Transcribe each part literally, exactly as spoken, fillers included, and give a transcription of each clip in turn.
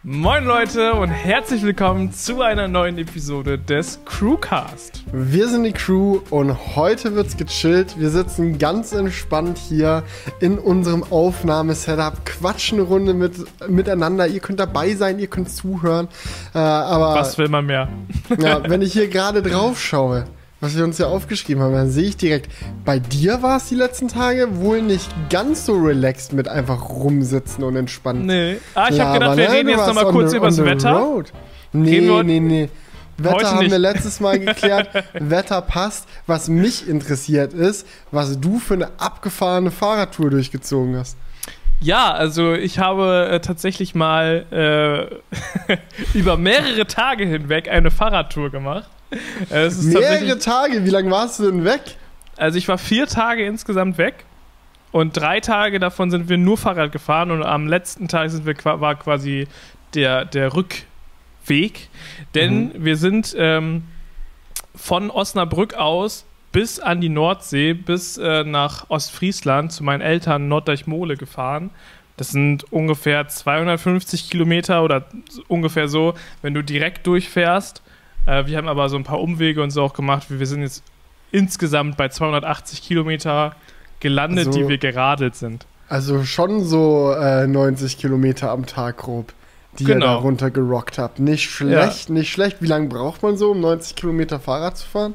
Moin Leute und herzlich willkommen zu einer neuen Episode des Crewcast. Wir sind die Crew und heute wird's gechillt. Wir sitzen ganz entspannt hier in unserem Aufnahmesetup, quatschen eine Runde mit, miteinander. Ihr könnt dabei sein, ihr könnt zuhören. Äh, aber was will man mehr? Ja, wenn ich hier gerade drauf schaue, was wir uns ja aufgeschrieben haben, dann sehe ich direkt, bei dir war es die letzten Tage wohl nicht ganz so relaxed mit einfach rumsitzen und entspannt. Nee. Ah, ich habe gedacht, wir reden jetzt nochmal kurz über das Wetter. Road. Nee, nee, nee. Wetter haben wir letztes Mal geklärt. Wetter passt. Was mich interessiert ist, was du für eine abgefahrene Fahrradtour durchgezogen hast. Ja, also ich habe äh, tatsächlich mal äh, über mehrere Tage hinweg eine Fahrradtour gemacht. Äh, es ist mehrere Tage? Wie lange warst du denn weg? Also ich war vier Tage insgesamt weg und drei Tage davon sind wir nur Fahrrad gefahren und am letzten Tag sind wir, war quasi der, der Rückweg, denn mhm. wir sind ähm, von Osnabrück aus bis an die Nordsee, bis äh, nach Ostfriesland zu meinen Eltern Norddeich-Mohle gefahren. Das sind ungefähr zweihundertfünfzig Kilometer oder ungefähr so, wenn du direkt durchfährst. Äh, wir haben aber so ein paar Umwege und so auch gemacht. Wir sind jetzt insgesamt bei zweihundertachtzig Kilometer gelandet, also, die wir geradelt sind. Also schon so äh, neunzig Kilometer am Tag grob, die genau. ihr da runter gerockt habt. Nicht schlecht, ja. nicht schlecht. Wie lange braucht man so, um neunzig Kilometer Fahrrad zu fahren?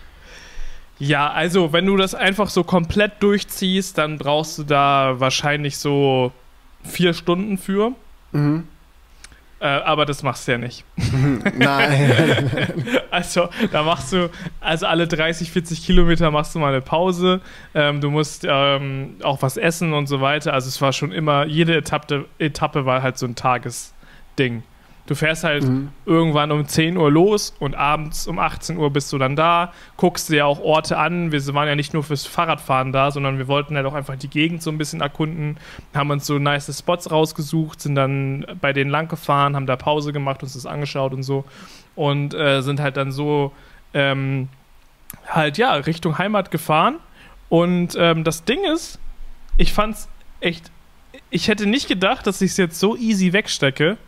Ja, also wenn du das einfach so komplett durchziehst, dann brauchst du da wahrscheinlich so vier Stunden für. Mhm. Äh, aber das machst du ja nicht. Nein. Also da machst du, also alle dreißig, vierzig Kilometer machst du mal eine Pause. Ähm, du musst ähm, auch was essen und so weiter. Also es war schon immer, jede Etappe, Etappe war halt so ein Tagesding. Du fährst halt mhm. irgendwann um zehn Uhr los und abends um achtzehn Uhr bist du dann da, guckst dir auch Orte an. Wir waren ja nicht nur fürs Fahrradfahren da, sondern wir wollten halt auch einfach die Gegend so ein bisschen erkunden, haben uns so nice Spots rausgesucht, sind dann bei denen lang gefahren, haben da Pause gemacht, uns das angeschaut und so und äh, sind halt dann so ähm, halt ja Richtung Heimat gefahren und ähm, das Ding ist, ich fand's echt, ich hätte nicht gedacht, dass ich es jetzt so easy wegstecke.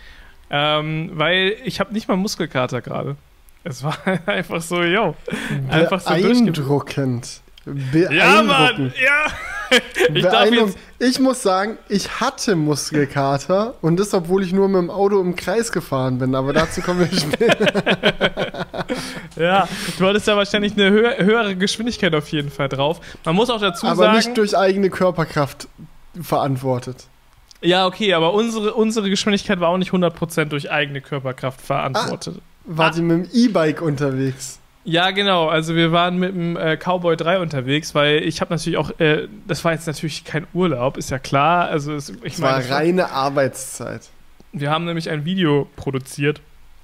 Ähm, weil ich habe nicht mal Muskelkater gerade. Es war einfach so, yo. Einfach so beeindruckend. Beeindruckend. Ja, Mann, ja. Ich, darf jetzt ich muss sagen, ich hatte Muskelkater und das, obwohl ich nur mit dem Auto im Kreis gefahren bin, aber dazu kommen wir später. Ja, du hattest ja wahrscheinlich eine hö- höhere Geschwindigkeit auf jeden Fall drauf. Man muss auch dazu aber sagen... Aber nicht durch eigene Körperkraft verantwortet. Ja, okay, aber unsere, unsere Geschwindigkeit war auch nicht hundert Prozent durch eigene Körperkraft verantwortet. Ah, wart ah. ihr mit dem E-Bike unterwegs? Ja, genau. Also wir waren mit dem äh, Cowboy drei unterwegs, weil ich habe natürlich auch, äh, das war jetzt natürlich kein Urlaub, ist ja klar. Also es, ich es meine, war reine Arbeitszeit. Wir haben nämlich ein Video produziert.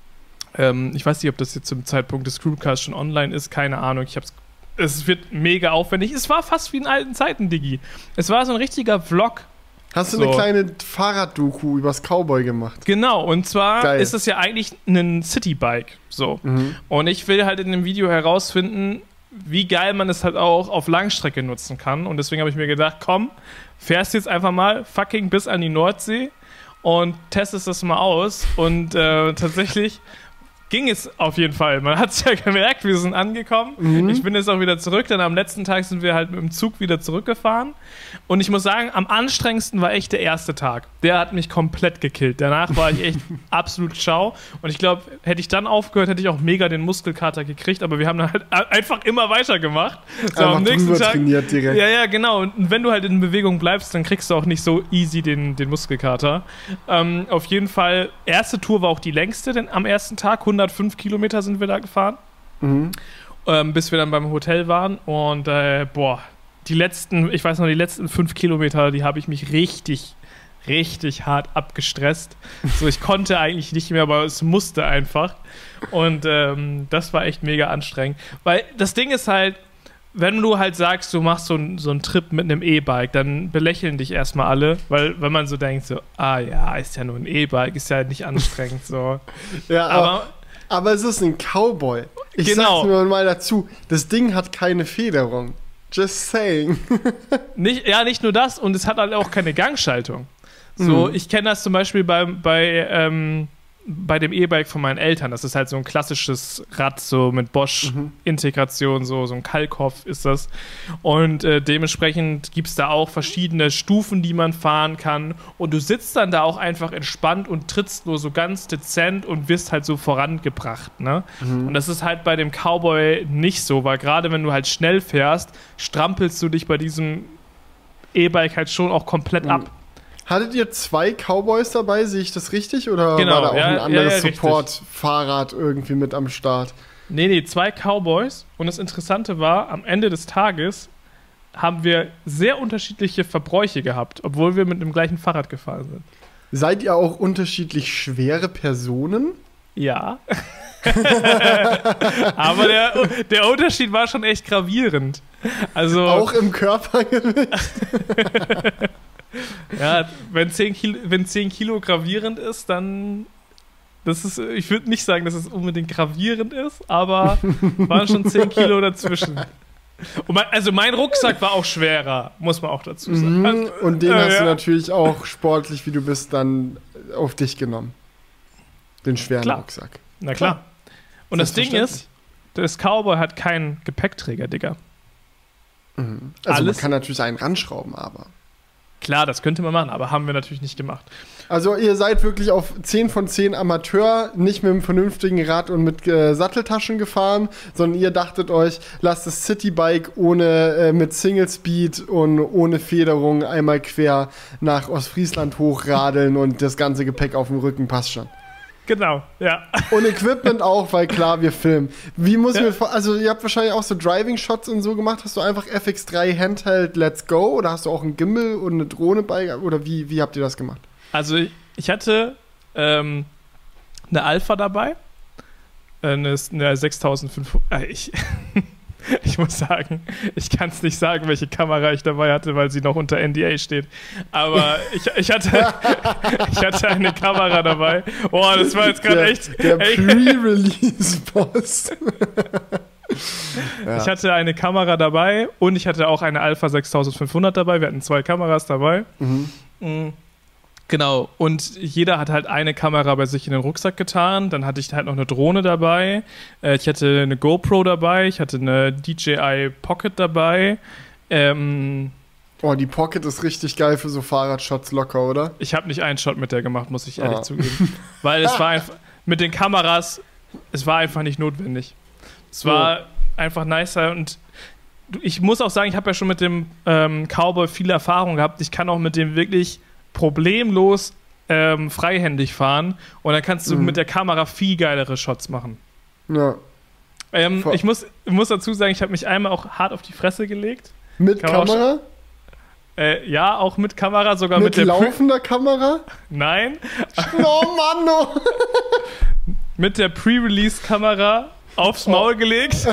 Ähm, ich weiß nicht, ob das jetzt zum Zeitpunkt des Crewcasts schon online ist, keine Ahnung. Ich hab's, es wird mega aufwendig. Es war fast wie in alten Zeiten, Diggi. Es war so ein richtiger Vlog. Hast du so. eine kleine Fahrraddoku übers Cowboy gemacht? Genau, und zwar Geil. ist es ja eigentlich ein Citybike. So. Mhm. Und ich will halt in dem Video herausfinden, wie geil man es halt auch auf Langstrecke nutzen kann. Und deswegen habe ich mir gedacht, komm, fährst jetzt einfach mal fucking bis an die Nordsee und testest das mal aus. Und äh, tatsächlich ging es auf jeden Fall. Man hat es ja gemerkt, wir sind angekommen. Mhm. Ich bin jetzt auch wieder zurück. Dann am letzten Tag sind wir halt mit dem Zug wieder zurückgefahren. Und ich muss sagen, am anstrengendsten war echt der erste Tag. Der hat mich komplett gekillt. Danach war ich echt absolut schau. Und ich glaube, hätte ich dann aufgehört, hätte ich auch mega den Muskelkater gekriegt. Aber wir haben dann halt einfach immer weitergemacht. So, am nächsten Tag trainiert direkt. Ja, ja, genau. Und wenn du halt in Bewegung bleibst, dann kriegst du auch nicht so easy den, den Muskelkater. Ähm, auf jeden Fall, erste Tour war auch die längste, denn am ersten Tag, hundertfünf Kilometer sind wir da gefahren, mhm. ähm, bis wir dann beim Hotel waren und äh, boah, die letzten, ich weiß noch, die letzten fünf Kilometer, die habe ich mich richtig, richtig hart abgestresst. So, ich konnte eigentlich nicht mehr, aber es musste einfach und ähm, das war echt mega anstrengend, weil das Ding ist halt, wenn du halt sagst, du machst so, so einen Trip mit einem E-Bike, dann belächeln dich erstmal alle, weil wenn man so denkt, so, ah ja, ist ja nur ein E-Bike, ist ja nicht anstrengend, so. Ja, aber, aber, aber es ist ein Cowboy. Ich genau. sag's mir mal dazu, das Ding hat keine Federung. Just saying. Nicht, ja, nicht nur das, und es hat halt auch keine Gangschaltung. So, Mhm. ich kenne das zum Beispiel bei, bei, ähm, bei dem E-Bike von meinen Eltern. Das ist halt so ein klassisches Rad, so mit Bosch-Integration, so, so ein Kalkhoff ist das. Und äh, dementsprechend gibt es da auch verschiedene Stufen, die man fahren kann. Und du sitzt dann da auch einfach entspannt und trittst nur so ganz dezent und wirst halt so vorangebracht. Ne? Mhm. Und das ist halt bei dem Cowboy nicht so, weil gerade wenn du halt schnell fährst, strampelst du dich bei diesem E-Bike halt schon auch komplett ab. Hattet ihr zwei Cowboys dabei, sehe ich das richtig? Oder Genau, war da auch ja, ein anderes ja, ja, richtig. Support-Fahrrad irgendwie mit am Start? Nee, nee, zwei Cowboys. Und das Interessante war, am Ende des Tages haben wir sehr unterschiedliche Verbräuche gehabt, obwohl wir mit dem gleichen Fahrrad gefahren sind. Seid ihr auch unterschiedlich schwere Personen? Ja. Aber der, der Unterschied war schon echt gravierend. Also, Auch im Körpergewicht? ja, wenn zehn Kilo, wenn zehn Kilo gravierend ist, dann. Das ist, ich würde nicht sagen, dass es unbedingt gravierend ist, aber waren schon zehn Kilo dazwischen. Und mein, also mein Rucksack war auch schwerer, muss man auch dazu sagen. Mhm, und den Äh, hast ja. du natürlich auch sportlich, wie du bist, dann auf dich genommen. Den schweren Klar. Rucksack. Na klar. Und das Ding ist, Selbstverständlich. das Cowboy hat keinen Gepäckträger, Digga. Mhm. Also Alles- man kann natürlich einen ranschrauben, aber. Klar, das könnte man machen, aber haben wir natürlich nicht gemacht. Also ihr seid wirklich auf zehn von zehn Amateur, nicht mit einem vernünftigen Rad und mit äh, Satteltaschen gefahren, sondern ihr dachtet euch, lasst das Citybike ohne, äh, mit Single Speed und ohne Federung einmal quer nach Ostfriesland hochradeln und das ganze Gepäck auf dem Rücken passt schon. Genau, ja. Und Equipment auch, weil klar, wir filmen. Wie muss Ja. mir vor- also ihr habt wahrscheinlich auch so Driving-Shots und so gemacht. Hast du einfach F X drei Handheld Let's Go oder hast du auch einen Gimbal und eine Drohne bei? Oder wie, wie habt ihr das gemacht? Also ich hatte ähm, eine Alpha dabei, eine, eine sechstausendfünfhundert. Äh, ich, ich muss sagen, ich kann es nicht sagen, welche Kamera ich dabei hatte, weil sie noch unter N D A steht. Aber ich, ich, hatte, ich hatte eine Kamera dabei. Boah, das war jetzt gerade Der, echt. der ey, Pre-Release-Boss. Ja. Ich hatte eine Kamera dabei und ich hatte auch eine Alpha sechstausendfünfhundert dabei. Wir hatten zwei Kameras dabei. Mhm. Mhm. Genau, und jeder hat halt eine Kamera bei sich in den Rucksack getan. Dann hatte ich halt noch eine Drohne dabei. Äh, ich hatte eine GoPro dabei. Ich hatte eine D J I Pocket dabei. Ähm, Oh, die Pocket ist richtig geil für so Fahrradshots locker, oder? ich habe nicht einen Shot mit der gemacht, muss ich ehrlich Ah. zugeben. Weil es war einfach, mit den Kameras, es war einfach nicht notwendig. Es war Ja. einfach nicer und du- ich muss auch sagen, ich habe ja schon mit dem ähm, Cowboy viel Erfahrung gehabt. Ich kann auch mit dem wirklich problemlos ähm, freihändig fahren und dann kannst du Mhm. mit der Kamera viel geilere Shots machen. Ja. Ähm, Voll. ich muss, muss dazu sagen, ich habe mich einmal auch hart auf die Fresse gelegt. Mit Kann man auch Kamera? Äh, ja, auch mit Kamera, sogar mit, Mit der Pre- laufender Kamera? Nein, Oh Mann, oh. mit der Pre-Release-Kamera aufs Maul gelegt.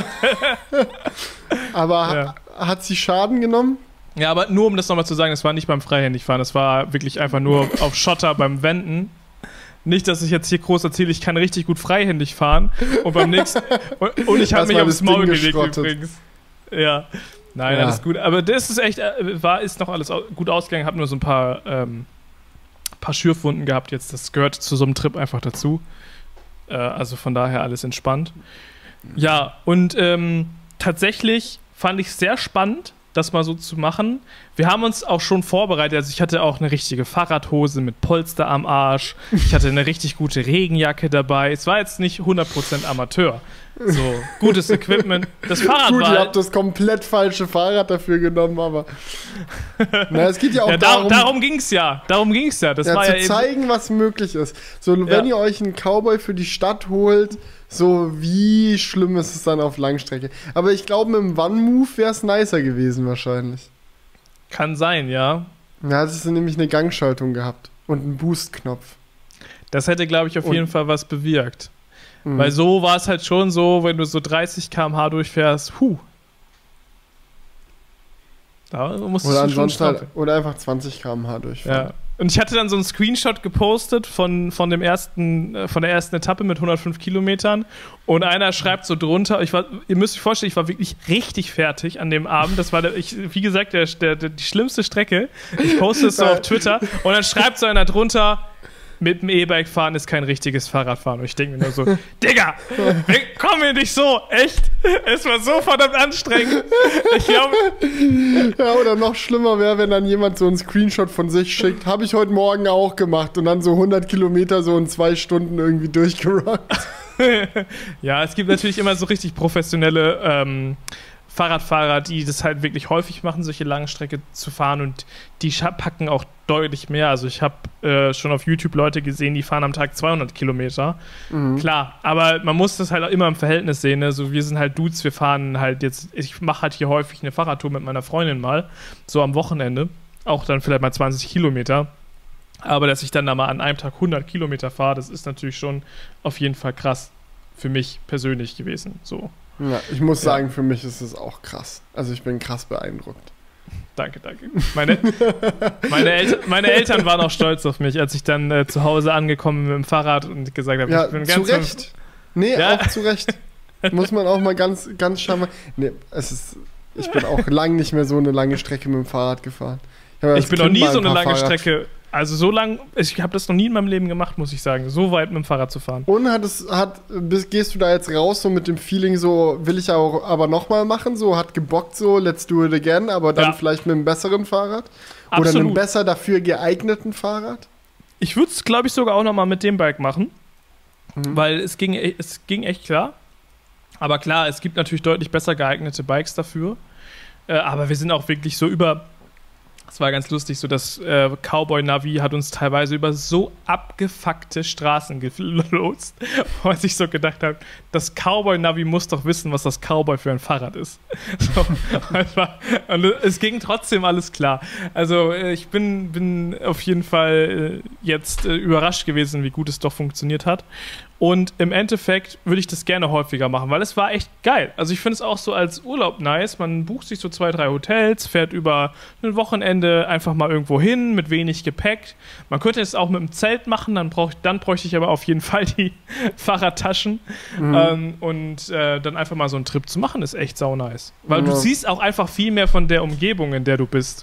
Aber Ja. ha- hat sie Schaden genommen? Ja, aber nur um das nochmal zu sagen, das war nicht beim Freihändigfahren, das war wirklich einfach nur auf Schotter beim Wenden. Nicht, dass ich jetzt hier groß erzähle, ich kann richtig gut freihändig fahren und beim nächsten und, und ich habe Hast mich mal aufs das Maul Ding gelegt geschrottet. übrigens. Ja. Nein, Ja. alles gut. Aber das ist echt, äh, war, ist noch alles au- gut ausgegangen. Habe nur so ein paar, ähm, paar Schürfwunden gehabt jetzt. Das gehört zu so einem Trip einfach dazu. Äh, also von daher alles entspannt. Ja, und ähm, tatsächlich fand ich es sehr spannend, das mal so zu machen. Wir haben uns auch schon vorbereitet. Also ich hatte auch eine richtige Fahrradhose mit Polster am Arsch. Ich hatte eine richtig gute Regenjacke dabei. Es war jetzt nicht hundert Prozent Amateur. So, gutes Equipment. Das Fahrrad Gut, war ihr halt- habt das komplett falsche Fahrrad dafür genommen, aber. Na, es geht ja auch ja, da, darum, darum ging es ja. Darum ging es ja. Das ja, war zu ja eben, zeigen, was möglich ist. So, wenn Ja. ihr euch einen Cowboy für die Stadt holt, so wie schlimm ist es dann auf Langstrecke. Aber ich glaube, mit dem One-Move wäre es nicer gewesen wahrscheinlich. kann sein, ja. Ja, das ist nämlich eine Gangschaltung gehabt und einen Boost-Knopf. Das hätte, glaube ich, auf Und- jeden Fall was bewirkt. Mhm. Weil so war es halt schon so, wenn du so dreißig Kilometer pro Stunde durchfährst, huh. Da musst Oder du schon ansonsten halt, stoppen. oder einfach zwanzig Kilometer pro Stunde durchfahren. Ja, Und ich hatte dann so einen Screenshot gepostet von, von, dem ersten, äh, von der ersten Etappe mit hundertfünf Kilometern. Und einer schreibt so drunter, ich war, ihr müsst euch vorstellen, ich war wirklich richtig fertig an dem Abend. Das war, der, ich, wie gesagt, der, der, der, die schlimmste Strecke. Ich poste es so auf Twitter. Und dann schreibt so einer drunter, mit dem E-Bike fahren ist kein richtiges Fahrradfahren. Und ich denke mir nur so, Digga, komm mir nicht so, echt? Es war so verdammt anstrengend. Ich glaube... Ja, oder noch schlimmer wäre, wenn dann jemand so einen Screenshot von sich schickt. Habe ich heute Morgen auch gemacht. Und dann so hundert Kilometer so in zwei Stunden irgendwie durchgerockt. Ja, es gibt natürlich immer so richtig professionelle ähm, Fahrradfahrer, die das halt wirklich häufig machen, solche langen Strecke zu fahren. Und die packen auch deutlich mehr. Also ich habe äh, schon auf YouTube Leute gesehen, die fahren am Tag zweihundert Kilometer. Mhm. Klar, aber man muss das halt auch immer im Verhältnis sehen. Ne? So, wir sind halt Dudes, wir fahren halt jetzt, ich mache halt hier häufig eine Fahrradtour mit meiner Freundin mal, so am Wochenende. Auch dann vielleicht mal zwanzig Kilometer. Aber dass ich dann da mal an einem Tag hundert Kilometer fahre, das ist natürlich schon auf jeden Fall krass für mich persönlich gewesen. So. Ja, ich muss ja. sagen, für mich ist es auch krass. Also ich bin krass beeindruckt. Danke, danke. Meine, meine, El- meine Eltern waren auch stolz auf mich, als ich dann äh, zu Hause angekommen bin mit dem Fahrrad und gesagt habe, ja, ich bin zu ganz... Recht. Nee, ja. auch zu Recht. Muss man auch mal ganz, ganz charmant... Nee, es ist... Ich bin auch lang nicht mehr so eine lange Strecke mit dem Fahrrad gefahren. Ich, ich bin noch nie so eine lange Fahrrad Strecke... Also so lang, ich habe das noch nie in meinem Leben gemacht, muss ich sagen, so weit mit dem Fahrrad zu fahren. Und hat es, hat, gehst du da jetzt raus so mit dem Feeling so, will ich auch aber nochmal machen, so hat gebockt so, let's do it again, aber dann ja. vielleicht mit einem besseren Fahrrad? Absolut. Oder einem besser dafür geeigneten Fahrrad? Ich würde es, glaube ich, sogar auch nochmal mit dem Bike machen, mhm. weil es ging, es ging echt klar. Aber klar, es gibt natürlich deutlich besser geeignete Bikes dafür, äh, aber wir sind auch wirklich so über... Es war ganz lustig, so das äh, Cowboy-Navi hat uns teilweise über so abgefuckte Straßen gelost, wo man sich so gedacht hat, das Cowboy-Navi muss doch wissen, was das Cowboy für ein Fahrrad ist. So, es, war, und es ging trotzdem alles klar. Also äh, ich bin, bin auf jeden Fall äh, jetzt äh, überrascht gewesen, wie gut es doch funktioniert hat. Und im Endeffekt würde ich das gerne häufiger machen, weil es war echt geil. Also ich finde es auch so als Urlaub nice. Man bucht sich so zwei, drei Hotels, fährt über ein Wochenende einfach mal irgendwo hin mit wenig Gepäck. Man könnte es auch mit dem Zelt machen, dann, brauch, dann bräuchte ich aber auf jeden Fall die Fahrradtaschen. Mhm. Ähm, und äh, dann einfach mal so einen Trip zu machen, ist echt sau nice. Weil mhm. du siehst auch einfach viel mehr von der Umgebung, in der du bist.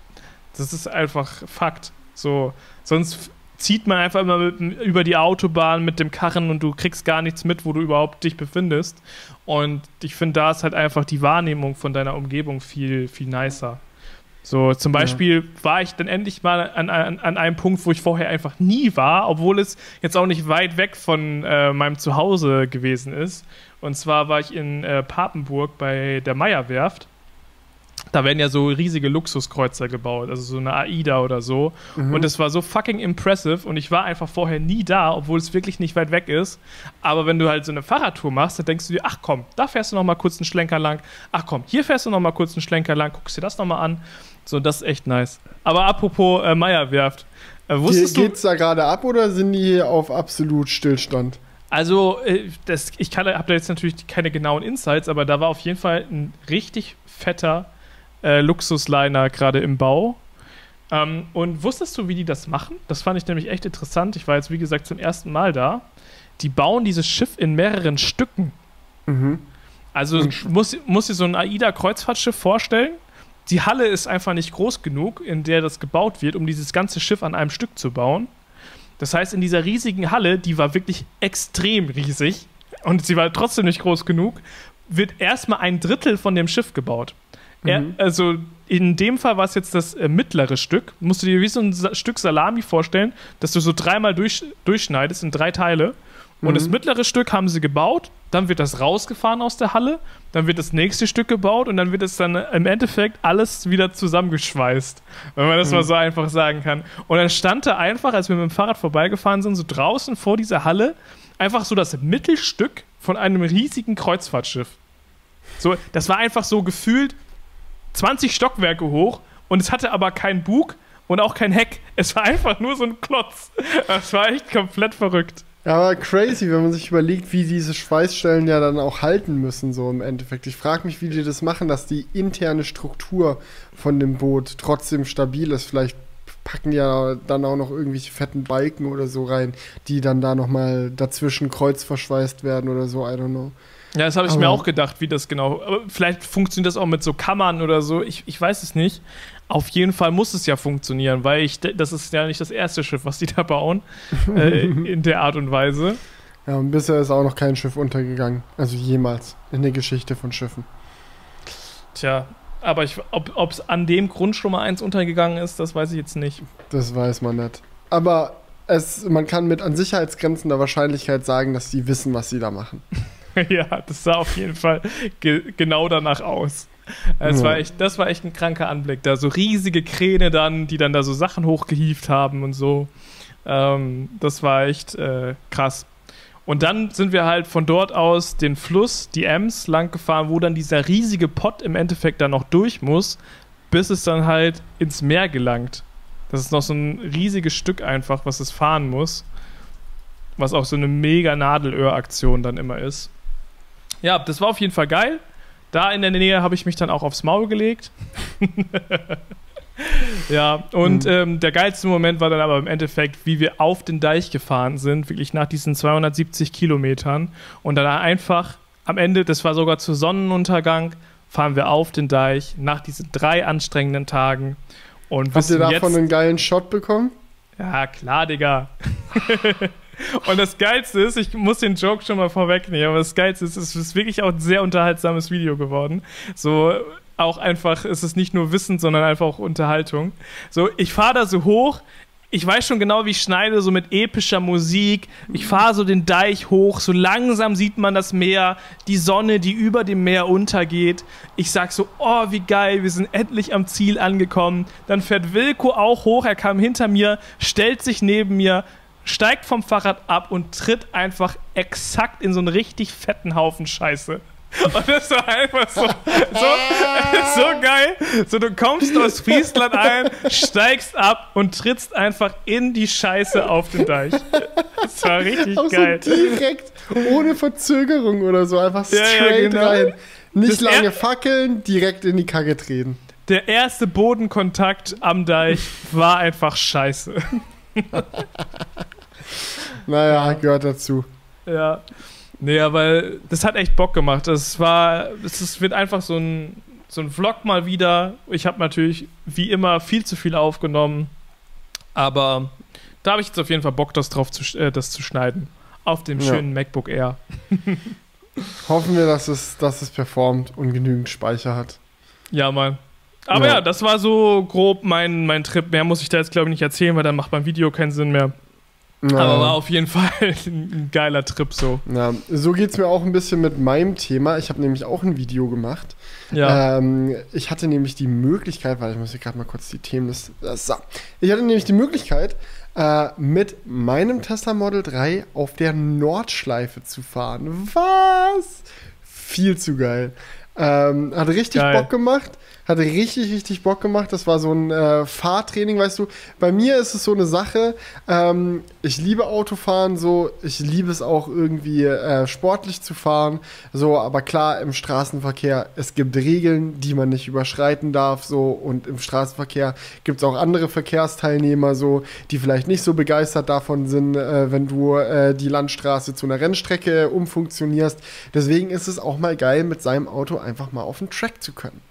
Das ist einfach Fakt. So, sonst... zieht man einfach immer mit, über die Autobahn mit dem Karren und du kriegst gar nichts mit, wo du überhaupt dich befindest. Und ich finde, da ist halt einfach die Wahrnehmung von deiner Umgebung viel, viel nicer. So, zum Beispiel ja. war ich dann endlich mal an, an, an einem Punkt, wo ich vorher einfach nie war, obwohl es jetzt auch nicht weit weg von äh, meinem Zuhause gewesen ist. Und zwar war ich in äh, Papenburg bei der Meyer-Werft. Da werden ja so riesige Luxuskreuzer gebaut, also so eine AIDA oder so. Mhm. Und es war so fucking impressive und ich war einfach vorher nie da, obwohl es wirklich nicht weit weg ist. Aber wenn du halt so eine Fahrradtour machst, dann denkst du dir, ach komm, da fährst du noch mal kurz einen Schlenker lang. Ach komm, hier fährst du noch mal kurz einen Schlenker lang, guckst dir das noch mal an. So, das ist echt nice. Aber apropos äh, Meyer-Werft. Äh, wusstest Ge- geht's da gerade ab oder sind die hier auf absolut Stillstand? Also, äh, das, ich habe da jetzt natürlich keine genauen Insights, aber da war auf jeden Fall ein richtig fetter Äh, Luxusliner gerade im Bau. Ähm, und wusstest du, wie die das machen? Das fand ich nämlich echt interessant. Ich war jetzt, wie gesagt, zum ersten Mal da. Die bauen dieses Schiff in mehreren Stücken. Mhm. Also mhm. muss, muss dir so ein AIDA-Kreuzfahrtschiff vorstellen. Die Halle ist einfach nicht groß genug, in der das gebaut wird, um dieses ganze Schiff an einem Stück zu bauen. Das heißt, in dieser riesigen Halle, die war wirklich extrem riesig und sie war trotzdem nicht groß genug, wird erstmal ein Drittel von dem Schiff gebaut. Er, also in dem Fall war es jetzt das äh, mittlere Stück. Musst du dir wie so ein Sa- Stück Salami vorstellen, dass du so dreimal durch, durchschneidest in drei Teile. Und mhm. das mittlere Stück haben sie gebaut, dann wird das rausgefahren aus der Halle, dann wird das nächste Stück gebaut und dann wird es dann im Endeffekt alles wieder zusammengeschweißt. Wenn man das mhm. mal so einfach sagen kann. Und dann stand da einfach, als wir mit dem Fahrrad vorbeigefahren sind, so draußen vor dieser Halle, einfach so das Mittelstück von einem riesigen Kreuzfahrtschiff. So, das war einfach so gefühlt zwanzig Stockwerke hoch und es hatte aber keinen Bug und auch kein Heck. Es war einfach nur so ein Klotz. Das war echt komplett verrückt. Aber crazy, wenn man sich überlegt, wie diese Schweißstellen ja dann auch halten müssen, so im Endeffekt. Ich frage mich, wie die das machen, dass die interne Struktur von dem Boot trotzdem stabil ist. Vielleicht packen die ja dann auch noch irgendwelche fetten Balken oder so rein, die dann da nochmal dazwischen kreuzverschweißt werden oder so, I don't know. Ja, das habe ich Aber mir auch gedacht, wie das genau. Aber vielleicht funktioniert das auch mit so Kammern oder so. Ich, ich weiß es nicht. Auf jeden Fall muss es ja funktionieren, weil ich, das ist ja nicht das erste Schiff, was die da bauen. äh, in der Art und Weise. Ja, und bisher ist auch noch kein Schiff untergegangen. Also jemals in der Geschichte von Schiffen. Tja, aber ich, ob es an dem Grund schon mal eins untergegangen ist, das weiß ich jetzt nicht. Das weiß man nicht. Aber es, man kann mit an Sicherheitsgrenzen grenzender Wahrscheinlichkeit sagen, dass die wissen, was sie da machen. Ja, das sah auf jeden Fall ge genau danach aus. Das, ja. war echt, das war echt ein kranker Anblick. Da so riesige Kräne dann, die dann da so Sachen hochgehievt haben und so. Ähm, das war echt äh, krass. Und dann sind wir halt von dort aus den Fluss, die Ems, lang gefahren, wo dann dieser riesige Pott im Endeffekt dann noch durch muss, bis es dann halt ins Meer gelangt. Das ist noch so ein riesiges Stück einfach, was es fahren muss. Was auch so eine mega Nadelöhr-Aktion dann immer ist. Ja, das war auf jeden Fall geil. Da in der Nähe habe ich mich dann auch aufs Maul gelegt. Ja, und mhm. ähm, der geilste Moment war dann aber im Endeffekt, wie wir auf den Deich gefahren sind, wirklich nach diesen zweihundertsiebzig Kilometern. Und dann einfach am Ende, das war sogar zu Sonnenuntergang, fahren wir auf den Deich nach diesen drei anstrengenden Tagen. Und Habt ihr davon jetzt einen geilen Shot bekommen? Ja, klar, Digga. Und das Geilste ist, ich muss den Joke schon mal vorwegnehmen, aber das Geilste ist, es ist wirklich auch ein sehr unterhaltsames Video geworden. So, auch einfach, es ist nicht nur Wissen, sondern einfach auch Unterhaltung. So, ich fahre da so hoch, ich weiß schon genau, wie ich schneide, so mit epischer Musik. Ich fahre so den Deich hoch, so langsam sieht man das Meer, die Sonne, die über dem Meer untergeht. Ich sag so, oh, wie geil, wir sind endlich am Ziel angekommen. Dann fährt Wilko auch hoch, er kam hinter mir, stellt sich neben mir, steigt vom Fahrrad ab und tritt einfach exakt in so einen richtig fetten Haufen Scheiße. Und das war einfach so, so, so geil. So, du kommst aus Friesland ein, steigst ab und trittst einfach in die Scheiße auf den Deich. Das war richtig auch geil. So direkt, ohne Verzögerung oder so, einfach straight ja, ja, genau. rein. Nicht das lange er- fackeln, direkt in die Kacke treten. Der erste Bodenkontakt am Deich war einfach Scheiße. Naja, gehört dazu. Ja. Nee, aber das hat echt Bock gemacht. Es war, es wird einfach so ein, so ein Vlog mal wieder. Ich habe natürlich wie immer viel zu viel aufgenommen, aber da habe ich jetzt auf jeden Fall Bock, das drauf zu, äh, das zu schneiden. Auf dem schönen ja. MacBook Air. Hoffen wir, dass es, dass es performt und genügend Speicher hat. Ja, Mann. Aber ja, ja das war so grob mein, mein Trip. Mehr muss ich da jetzt, glaube ich, nicht erzählen, weil dann macht mein Video keinen Sinn mehr. Ja. Aber war auf jeden Fall ein geiler Trip so. Ja, so geht es mir auch ein bisschen mit meinem Thema. Ich habe nämlich auch ein Video gemacht. Ja. Ähm, ich hatte nämlich die Möglichkeit, weil ich muss hier gerade mal kurz die Themenliste. So. Ich hatte nämlich die Möglichkeit, äh, mit meinem Tesla Model drei auf der Nordschleife zu fahren. Was? Viel zu geil. Ähm, hat richtig geil. Bock gemacht. Hat richtig, richtig Bock gemacht. Das war so ein äh, Fahrtraining, weißt du. Bei mir ist es so eine Sache, ähm, ich liebe Autofahren so, ich liebe es auch irgendwie äh, sportlich zu fahren, so, aber klar, im Straßenverkehr, es gibt Regeln, die man nicht überschreiten darf, so, und im Straßenverkehr gibt es auch andere Verkehrsteilnehmer, so, die vielleicht nicht so begeistert davon sind, äh, wenn du äh, die Landstraße zu einer Rennstrecke umfunktionierst. Deswegen ist es auch mal geil, mit seinem Auto einfach mal auf den Track zu können.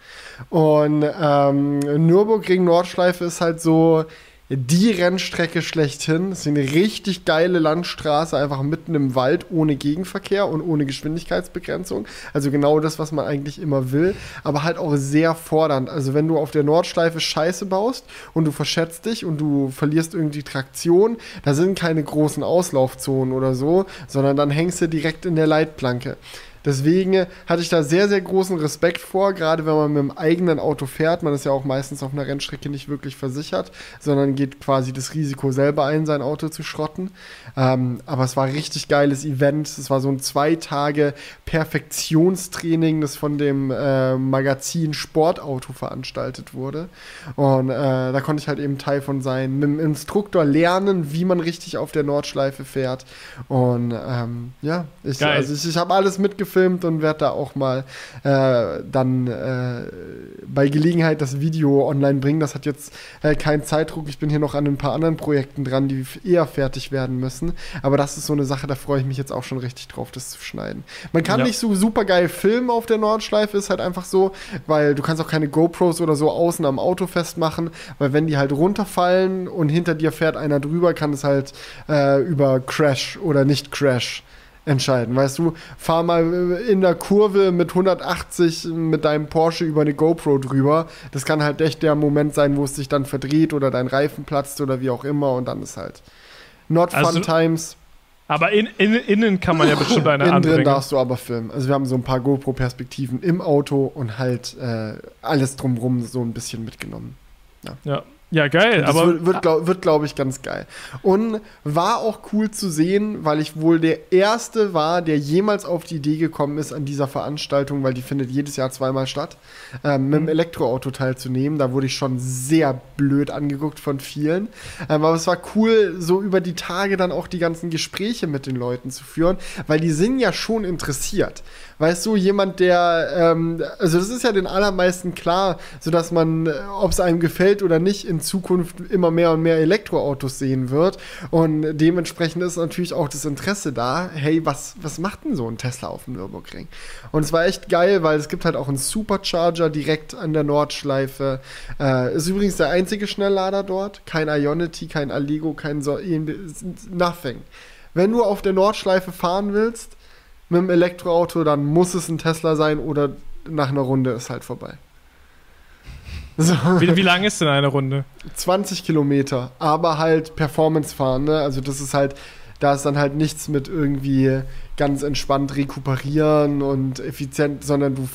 Und ähm, Nürburgring-Nordschleife ist halt so die Rennstrecke schlechthin. Es ist eine richtig geile Landstraße, einfach mitten im Wald, ohne Gegenverkehr und ohne Geschwindigkeitsbegrenzung. Also genau das, was man eigentlich immer will, aber halt auch sehr fordernd. Also wenn du auf der Nordschleife Scheiße baust und du verschätzt dich und du verlierst irgendwie Traktion, da sind keine großen Auslaufzonen oder so, sondern dann hängst du direkt in der Leitplanke. Deswegen hatte ich da sehr, sehr großen Respekt vor, gerade wenn man mit dem eigenen Auto fährt. Man ist ja auch meistens auf einer Rennstrecke nicht wirklich versichert, sondern geht quasi das Risiko selber ein, sein Auto zu schrotten. Ähm, aber es war ein richtig geiles Event. Es war so ein zwei Tage Perfektionstraining, das von dem äh, Magazin Sportauto veranstaltet wurde. Und äh, da konnte ich halt eben Teil von sein. Mit dem Instruktor lernen, wie man richtig auf der Nordschleife fährt. Und ähm, ja, ich, also ich, ich habe alles mitgefahren. gefilmt und werde da auch mal äh, dann äh, bei Gelegenheit das Video online bringen. Das hat jetzt äh, keinen Zeitdruck. Ich bin hier noch an ein paar anderen Projekten dran, die eher fertig werden müssen. Aber das ist so eine Sache, da freue ich mich jetzt auch schon richtig drauf, das zu schneiden. Man kann Ja. nicht so super geil filmen auf der Nordschleife, ist halt einfach so, weil du kannst auch keine GoPros oder so außen am Auto festmachen, weil wenn die halt runterfallen und hinter dir fährt einer drüber, kann es halt äh, über Crash oder nicht Crash entscheiden. Weißt du, fahr mal in der Kurve mit hundertachtzig mit deinem Porsche über eine GoPro drüber. Das kann halt echt der Moment sein, wo es sich dann verdreht oder dein Reifen platzt oder wie auch immer und dann ist halt not Also- fun times. Aber in, in, innen kann man ja bestimmt eine Innen drin anbringen. darfst du aber filmen. Also wir haben so ein paar GoPro-Perspektiven im Auto und halt äh, alles drumrum so ein bisschen mitgenommen. Ja, ja geil. Das aber wird, wird glaube wird, glaub ich, ganz geil. Und war auch cool zu sehen, weil ich wohl der Erste war, der jemals auf die Idee gekommen ist, an dieser Veranstaltung, weil die findet jedes Jahr zweimal statt, ähm, mit dem Elektroauto teilzunehmen. Da wurde ich schon sehr blöd angeguckt von vielen. Ähm, aber es war cool, so über die Tage dann auch die ganzen Gespräche mit den Leuten zu führen, weil die sind ja schon interessiert. Weißt du, jemand, der, ähm, also das ist ja den allermeisten klar, sodass man, äh, ob es einem gefällt oder nicht, in Zukunft immer mehr und mehr Elektroautos sehen wird. Und dementsprechend ist natürlich auch das Interesse da, hey, was, was macht denn so ein Tesla auf dem Nürburgring? Und es war echt geil, weil es gibt halt auch einen Supercharger direkt an der Nordschleife. Äh, ist übrigens der einzige Schnelllader dort. Kein Ionity, kein Allego, kein so nothing. Wenn du auf der Nordschleife fahren willst, mit dem Elektroauto, dann muss es ein Tesla sein oder nach einer Runde ist halt vorbei. So. wie, wie lang ist denn eine Runde? zwanzig Kilometer, aber halt Performance fahren, ne? Also das ist halt, da ist dann halt nichts mit irgendwie ganz entspannt rekuperieren und effizient, sondern du,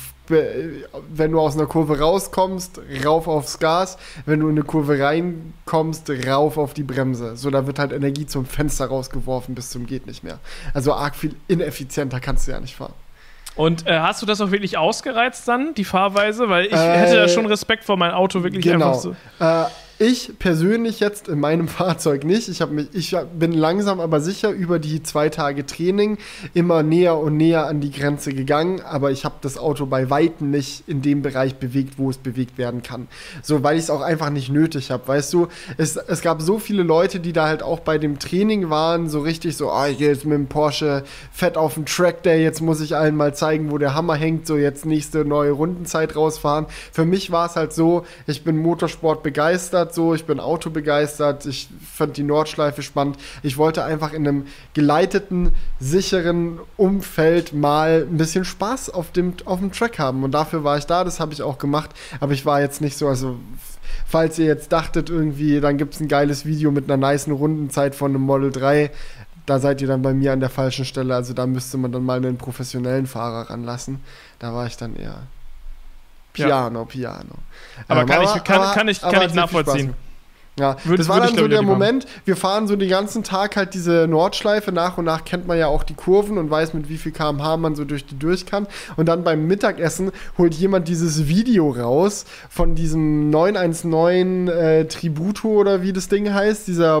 wenn du aus einer Kurve rauskommst, rauf aufs Gas, wenn du in eine Kurve reinkommst, rauf auf die Bremse. So, da wird halt Energie zum Fenster rausgeworfen bis zum geht nicht mehr. Also arg viel ineffizienter kannst du ja nicht fahren. Und äh, hast du das auch wirklich ausgereizt dann, die Fahrweise? Weil ich Äh, hätte da schon Respekt vor mein Auto wirklich Genau. einfach so. Äh, ich persönlich jetzt in meinem Fahrzeug nicht. Ich, hab mich, ich bin langsam aber sicher über die zwei Tage Training immer näher und näher an die Grenze gegangen, aber ich habe das Auto bei Weitem nicht in dem Bereich bewegt, wo es bewegt werden kann. So, weil ich es auch einfach nicht nötig habe. Weißt du, es, es gab so viele Leute, die da halt auch bei dem Training waren, so richtig so, ah, ich gehe jetzt mit dem Porsche fett auf den Track Day, jetzt muss ich allen mal zeigen, wo der Hammer hängt, so jetzt nächste neue Rundenzeit rausfahren. Für mich war es halt so, ich bin Motorsport begeistert, so, ich bin Auto begeistert, ich fand die Nordschleife spannend. Ich wollte einfach in einem geleiteten, sicheren Umfeld mal ein bisschen Spaß auf dem, auf dem Track haben. Und dafür war ich da, das habe ich auch gemacht. Aber ich war jetzt nicht so, also falls ihr jetzt dachtet irgendwie, dann gibt es ein geiles Video mit einer nicen Rundenzeit von einem Model drei, da seid ihr dann bei mir an der falschen Stelle. Also da müsste man dann mal einen professionellen Fahrer ranlassen. Da war ich dann eher Piano, ja. Piano. Aber ähm, kann aber, ich, kann, aber, kann ich, aber kann hat ich sehr viel Spaß nachvollziehen. gemacht. Ja, Würde- das war würde dann ich, so glaub ich, der lieber Moment, wir fahren so den ganzen Tag halt diese Nordschleife, nach und nach kennt man ja auch die Kurven und weiß, mit wie viel Kilometer pro Stunde man so durch die durch kann. Und dann beim Mittagessen holt jemand dieses Video raus von diesem neun eins neun äh, Tributo oder wie das Ding heißt, dieser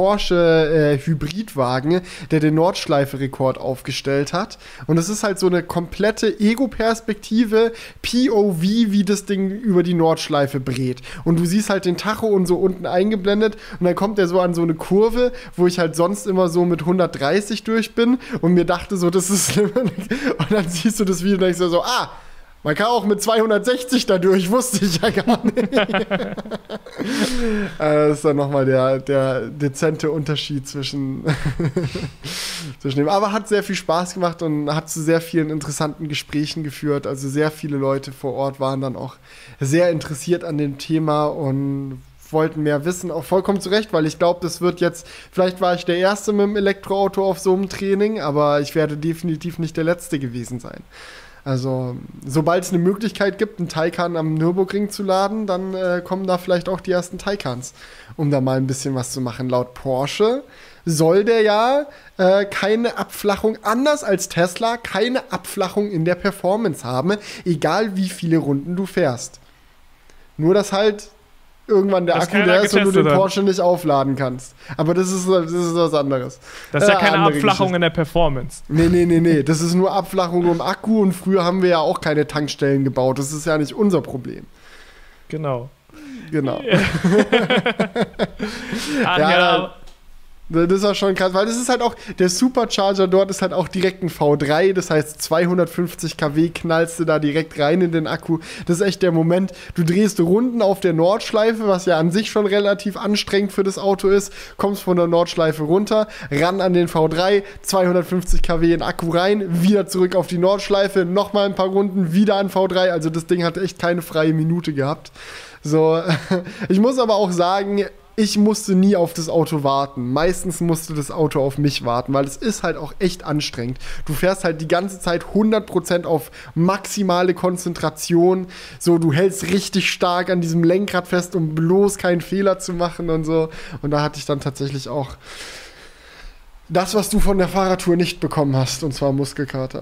Porsche äh, Hybridwagen, der den Nordschleife-Rekord aufgestellt hat. Und es ist halt so eine komplette Ego-Perspektive, P O V, wie das Ding über die Nordschleife brät. Und du siehst halt den Tacho und so unten eingeblendet und dann kommt er so an so eine Kurve, wo ich halt sonst immer so mit hundertdreißig durch bin und mir dachte so, das ist und dann siehst du das Video und denkst so, ah, man kann auch mit zweihundertsechzig da durch, wusste ich ja gar nicht. Das ist dann nochmal der, der dezente Unterschied zwischen, zwischen dem. Aber hat sehr viel Spaß gemacht und hat zu sehr vielen interessanten Gesprächen geführt. Also sehr viele Leute vor Ort waren dann auch sehr interessiert an dem Thema und wollten mehr wissen, auch vollkommen zu Recht, weil ich glaube, das wird jetzt, vielleicht war ich der Erste mit dem Elektroauto auf so einem Training, aber ich werde definitiv nicht der Letzte gewesen sein. Also, sobald es eine Möglichkeit gibt, einen Taycan am Nürburgring zu laden, dann äh, kommen da vielleicht auch die ersten Taycans, um da mal ein bisschen was zu machen. Laut Porsche soll der ja äh, keine Abflachung, anders als Tesla, keine Abflachung in der Performance haben, egal wie viele Runden du fährst. Nur, dass halt irgendwann der Das Akku keiner leer ist und du getestet den hat. Porsche nicht aufladen kannst. Aber das ist, das ist was anderes. Das ist ja Äh, keine andere Abflachung Geschichte. in der Performance. Nee, nee, nee, nee. Das ist nur Abflachung im Akku und früher haben wir ja auch keine Tankstellen gebaut. Das ist ja nicht unser Problem. Genau. Genau. Ach Ja, ja, Das ist auch schon krass, weil das ist halt auch, der Supercharger dort ist halt auch direkt ein V drei, das heißt zweihundertfünfzig Kilowatt knallst du da direkt rein in den Akku. Das ist echt der Moment, du drehst Runden auf der Nordschleife, was ja an sich schon relativ anstrengend für das Auto ist, kommst von der Nordschleife runter, ran an den V drei, zweihundertfünfzig Kilowatt in den Akku rein, wieder zurück auf die Nordschleife, nochmal ein paar Runden, wieder an V drei, also das Ding hat echt keine freie Minute gehabt. So, ich muss aber auch sagen, ich musste nie auf das Auto warten. Meistens musste das Auto auf mich warten, weil es ist halt auch echt anstrengend. Du fährst halt die ganze Zeit hundert Prozent auf maximale Konzentration. So, du hältst richtig stark an diesem Lenkrad fest, um bloß keinen Fehler zu machen und so. Und da hatte ich dann tatsächlich auch das, was du von der Fahrradtour nicht bekommen hast, und zwar Muskelkater.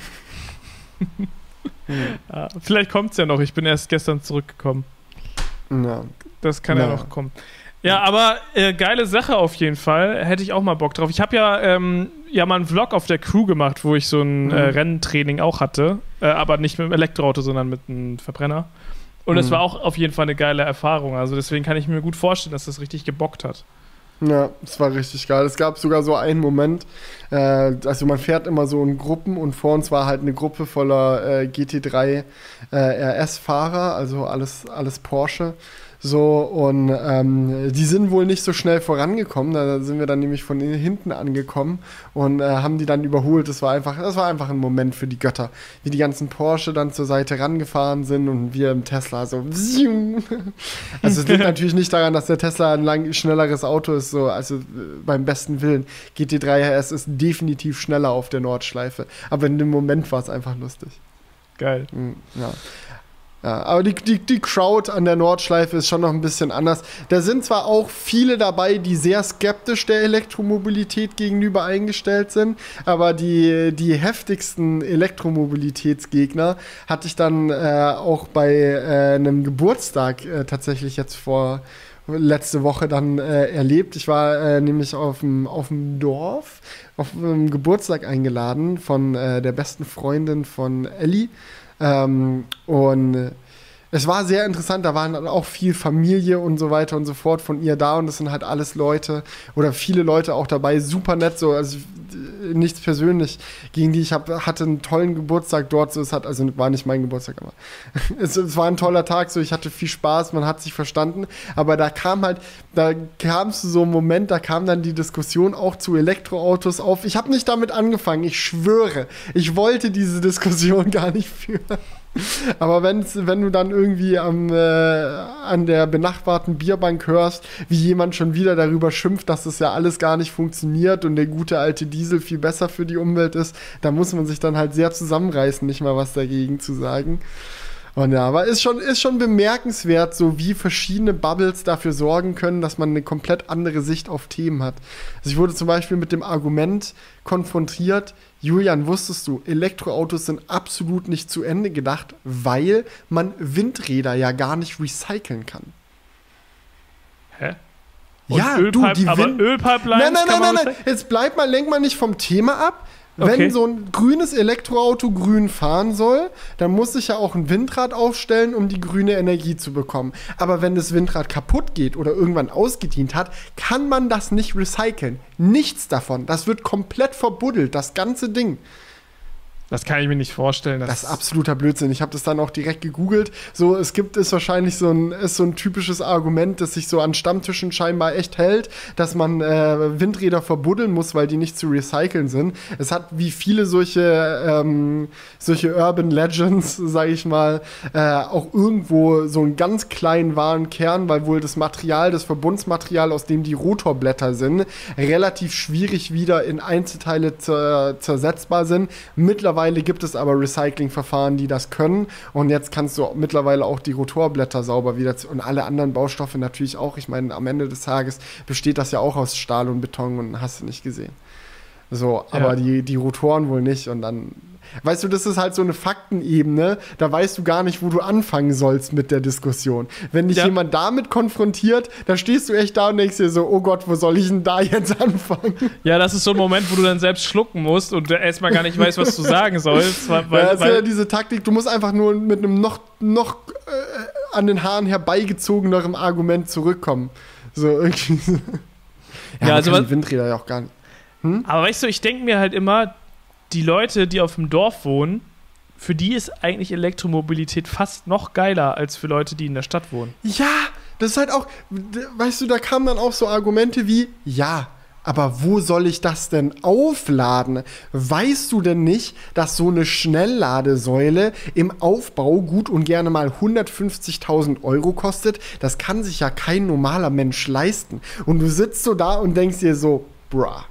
ja, vielleicht kommt es ja noch. Ich bin erst gestern zurückgekommen. Ja. Das kann ja, Ja. noch kommen. Ja, aber äh, geile Sache auf jeden Fall. Hätte ich auch mal Bock drauf. Ich habe ja, ähm, ja mal einen Vlog auf der Crew gemacht, wo ich so ein Mhm. äh, Renntraining auch hatte. Äh, aber nicht mit einem Elektroauto, sondern mit einem Verbrenner. Und es Mhm. war auch auf jeden Fall eine geile Erfahrung. Also deswegen kann ich mir gut vorstellen, dass das richtig gebockt hat. Ja, es war richtig geil. Es gab sogar so einen Moment, äh, also man fährt immer so in Gruppen und vor uns war halt eine Gruppe voller äh, G T drei äh, R S-Fahrer, also alles, alles Porsche. So, und ähm, die sind wohl nicht so schnell vorangekommen. Da sind wir dann nämlich von hinten angekommen und äh, haben die dann überholt. Das war einfach, das war einfach ein Moment für die Götter. Wie die ganzen Porsche dann zur Seite rangefahren sind und wir im Tesla so. Also es liegt natürlich nicht daran, dass der Tesla ein lang, schnelleres Auto ist, so, also äh, beim besten Willen. G T drei R S ist definitiv schneller auf der Nordschleife. Aber in dem Moment war es einfach lustig. Geil. Mhm, ja. Ja, aber die, die, die Crowd an der Nordschleife ist schon noch ein bisschen anders. Da sind zwar auch viele dabei, die sehr skeptisch der Elektromobilität gegenüber eingestellt sind, aber die, die heftigsten Elektromobilitätsgegner hatte ich dann äh, auch bei äh, einem Geburtstag äh, tatsächlich jetzt vor letzte Woche dann äh, erlebt. Ich war äh, nämlich auf dem auf dem Dorf auf einem Geburtstag eingeladen von äh, der besten Freundin von Ellie. Ähm, und es war sehr interessant, da waren dann auch viel Familie und so weiter und so fort von ihr da und das sind halt alles Leute oder viele Leute auch dabei, super nett, so, also äh, nichts persönlich gegen die, ich hab, hatte einen tollen Geburtstag dort, so, es hat, also war nicht mein Geburtstag, aber es, es war ein toller Tag, so, ich hatte viel Spaß, man hat sich verstanden, aber da kam halt, da kam es zu so einem Moment, da kam dann die Diskussion auch zu Elektroautos auf, ich habe nicht damit angefangen, ich schwöre, ich wollte diese Diskussion gar nicht führen. Aber wenn's, wenn du dann irgendwie am, äh, an der benachbarten Bierbank hörst, wie jemand schon wieder darüber schimpft, dass das ja alles gar nicht funktioniert und der gute alte Diesel viel besser für die Umwelt ist, da muss man sich dann halt sehr zusammenreißen, nicht mal was dagegen zu sagen. Und ja, aber ist schon, ist schon bemerkenswert, so wie verschiedene Bubbles dafür sorgen können, dass man eine komplett andere Sicht auf Themen hat. Also ich wurde zum Beispiel mit dem Argument konfrontiert, Julian, wusstest du, Elektroautos sind absolut nicht zu Ende gedacht, weil man Windräder ja gar nicht recyceln kann. Hä? Und Ja, Ölpipe- du, die aber Wind- Ölpipelines Nein, nein, kann nein, man nein, nein. Jetzt bleib mal, lenk mal nicht vom Thema ab. Wenn Okay. so ein grünes Elektroauto grün fahren soll, dann muss ich ja auch ein Windrad aufstellen, um die grüne Energie zu bekommen. Aber wenn das Windrad kaputt geht oder irgendwann ausgedient hat, kann man das nicht recyceln. Nichts davon. Das wird komplett verbuddelt, das ganze Ding. Das kann ich mir nicht vorstellen. Das, Das ist absoluter Blödsinn. Ich habe das dann auch direkt gegoogelt. So, es gibt es wahrscheinlich so ein, ist so ein typisches Argument, das sich so an Stammtischen scheinbar echt hält, dass man äh, Windräder verbuddeln muss, weil die nicht zu recyceln sind. Es hat wie viele solche, ähm, solche Urban Legends, sage ich mal, äh, auch irgendwo so einen ganz kleinen wahren Kern, weil wohl das Material, das Verbundsmaterial, aus dem die Rotorblätter sind, relativ schwierig wieder in Einzelteile zer zersetzbar sind. Mittlerweile gibt es aber Recyclingverfahren, die das können. Und jetzt kannst du mittlerweile auch die Rotorblätter sauber wieder und alle anderen Baustoffe natürlich auch. Ich meine, am Ende des Tages besteht das ja auch aus Stahl und Beton und hast du nicht gesehen. So, aber Ja. die, die Rotoren wohl nicht. Und dann, weißt du, das ist halt so eine Faktenebene, da weißt du gar nicht, wo du anfangen sollst mit der Diskussion. Wenn dich Ja. jemand damit konfrontiert, dann stehst du echt da und denkst dir so, oh Gott, wo soll ich denn da jetzt anfangen? Ja, das ist so ein Moment, wo du dann selbst schlucken musst und erstmal gar nicht weißt, was du sagen sollst. Weil, weil, Ja, das ist ja weil, diese Taktik, du musst einfach nur mit einem noch, noch äh, an den Haaren herbeigezogenerem Argument zurückkommen. So irgendwie so. Ja, Ja, also also kann was- die Windräder ja auch gar nicht. aber weißt du, ich denke mir halt immer, die Leute, die auf dem Dorf wohnen, für die ist eigentlich Elektromobilität fast noch geiler als für Leute, die in der Stadt wohnen. Ja, das ist halt auch, d- weißt du, da kamen dann auch so Argumente wie, ja, aber wo soll ich das denn aufladen? Weißt du denn nicht, dass so eine Schnellladesäule im Aufbau gut und gerne mal hundertfünfzigtausend Euro kostet? Das kann sich ja kein normaler Mensch leisten. Und du sitzt so da und denkst dir so, bruh.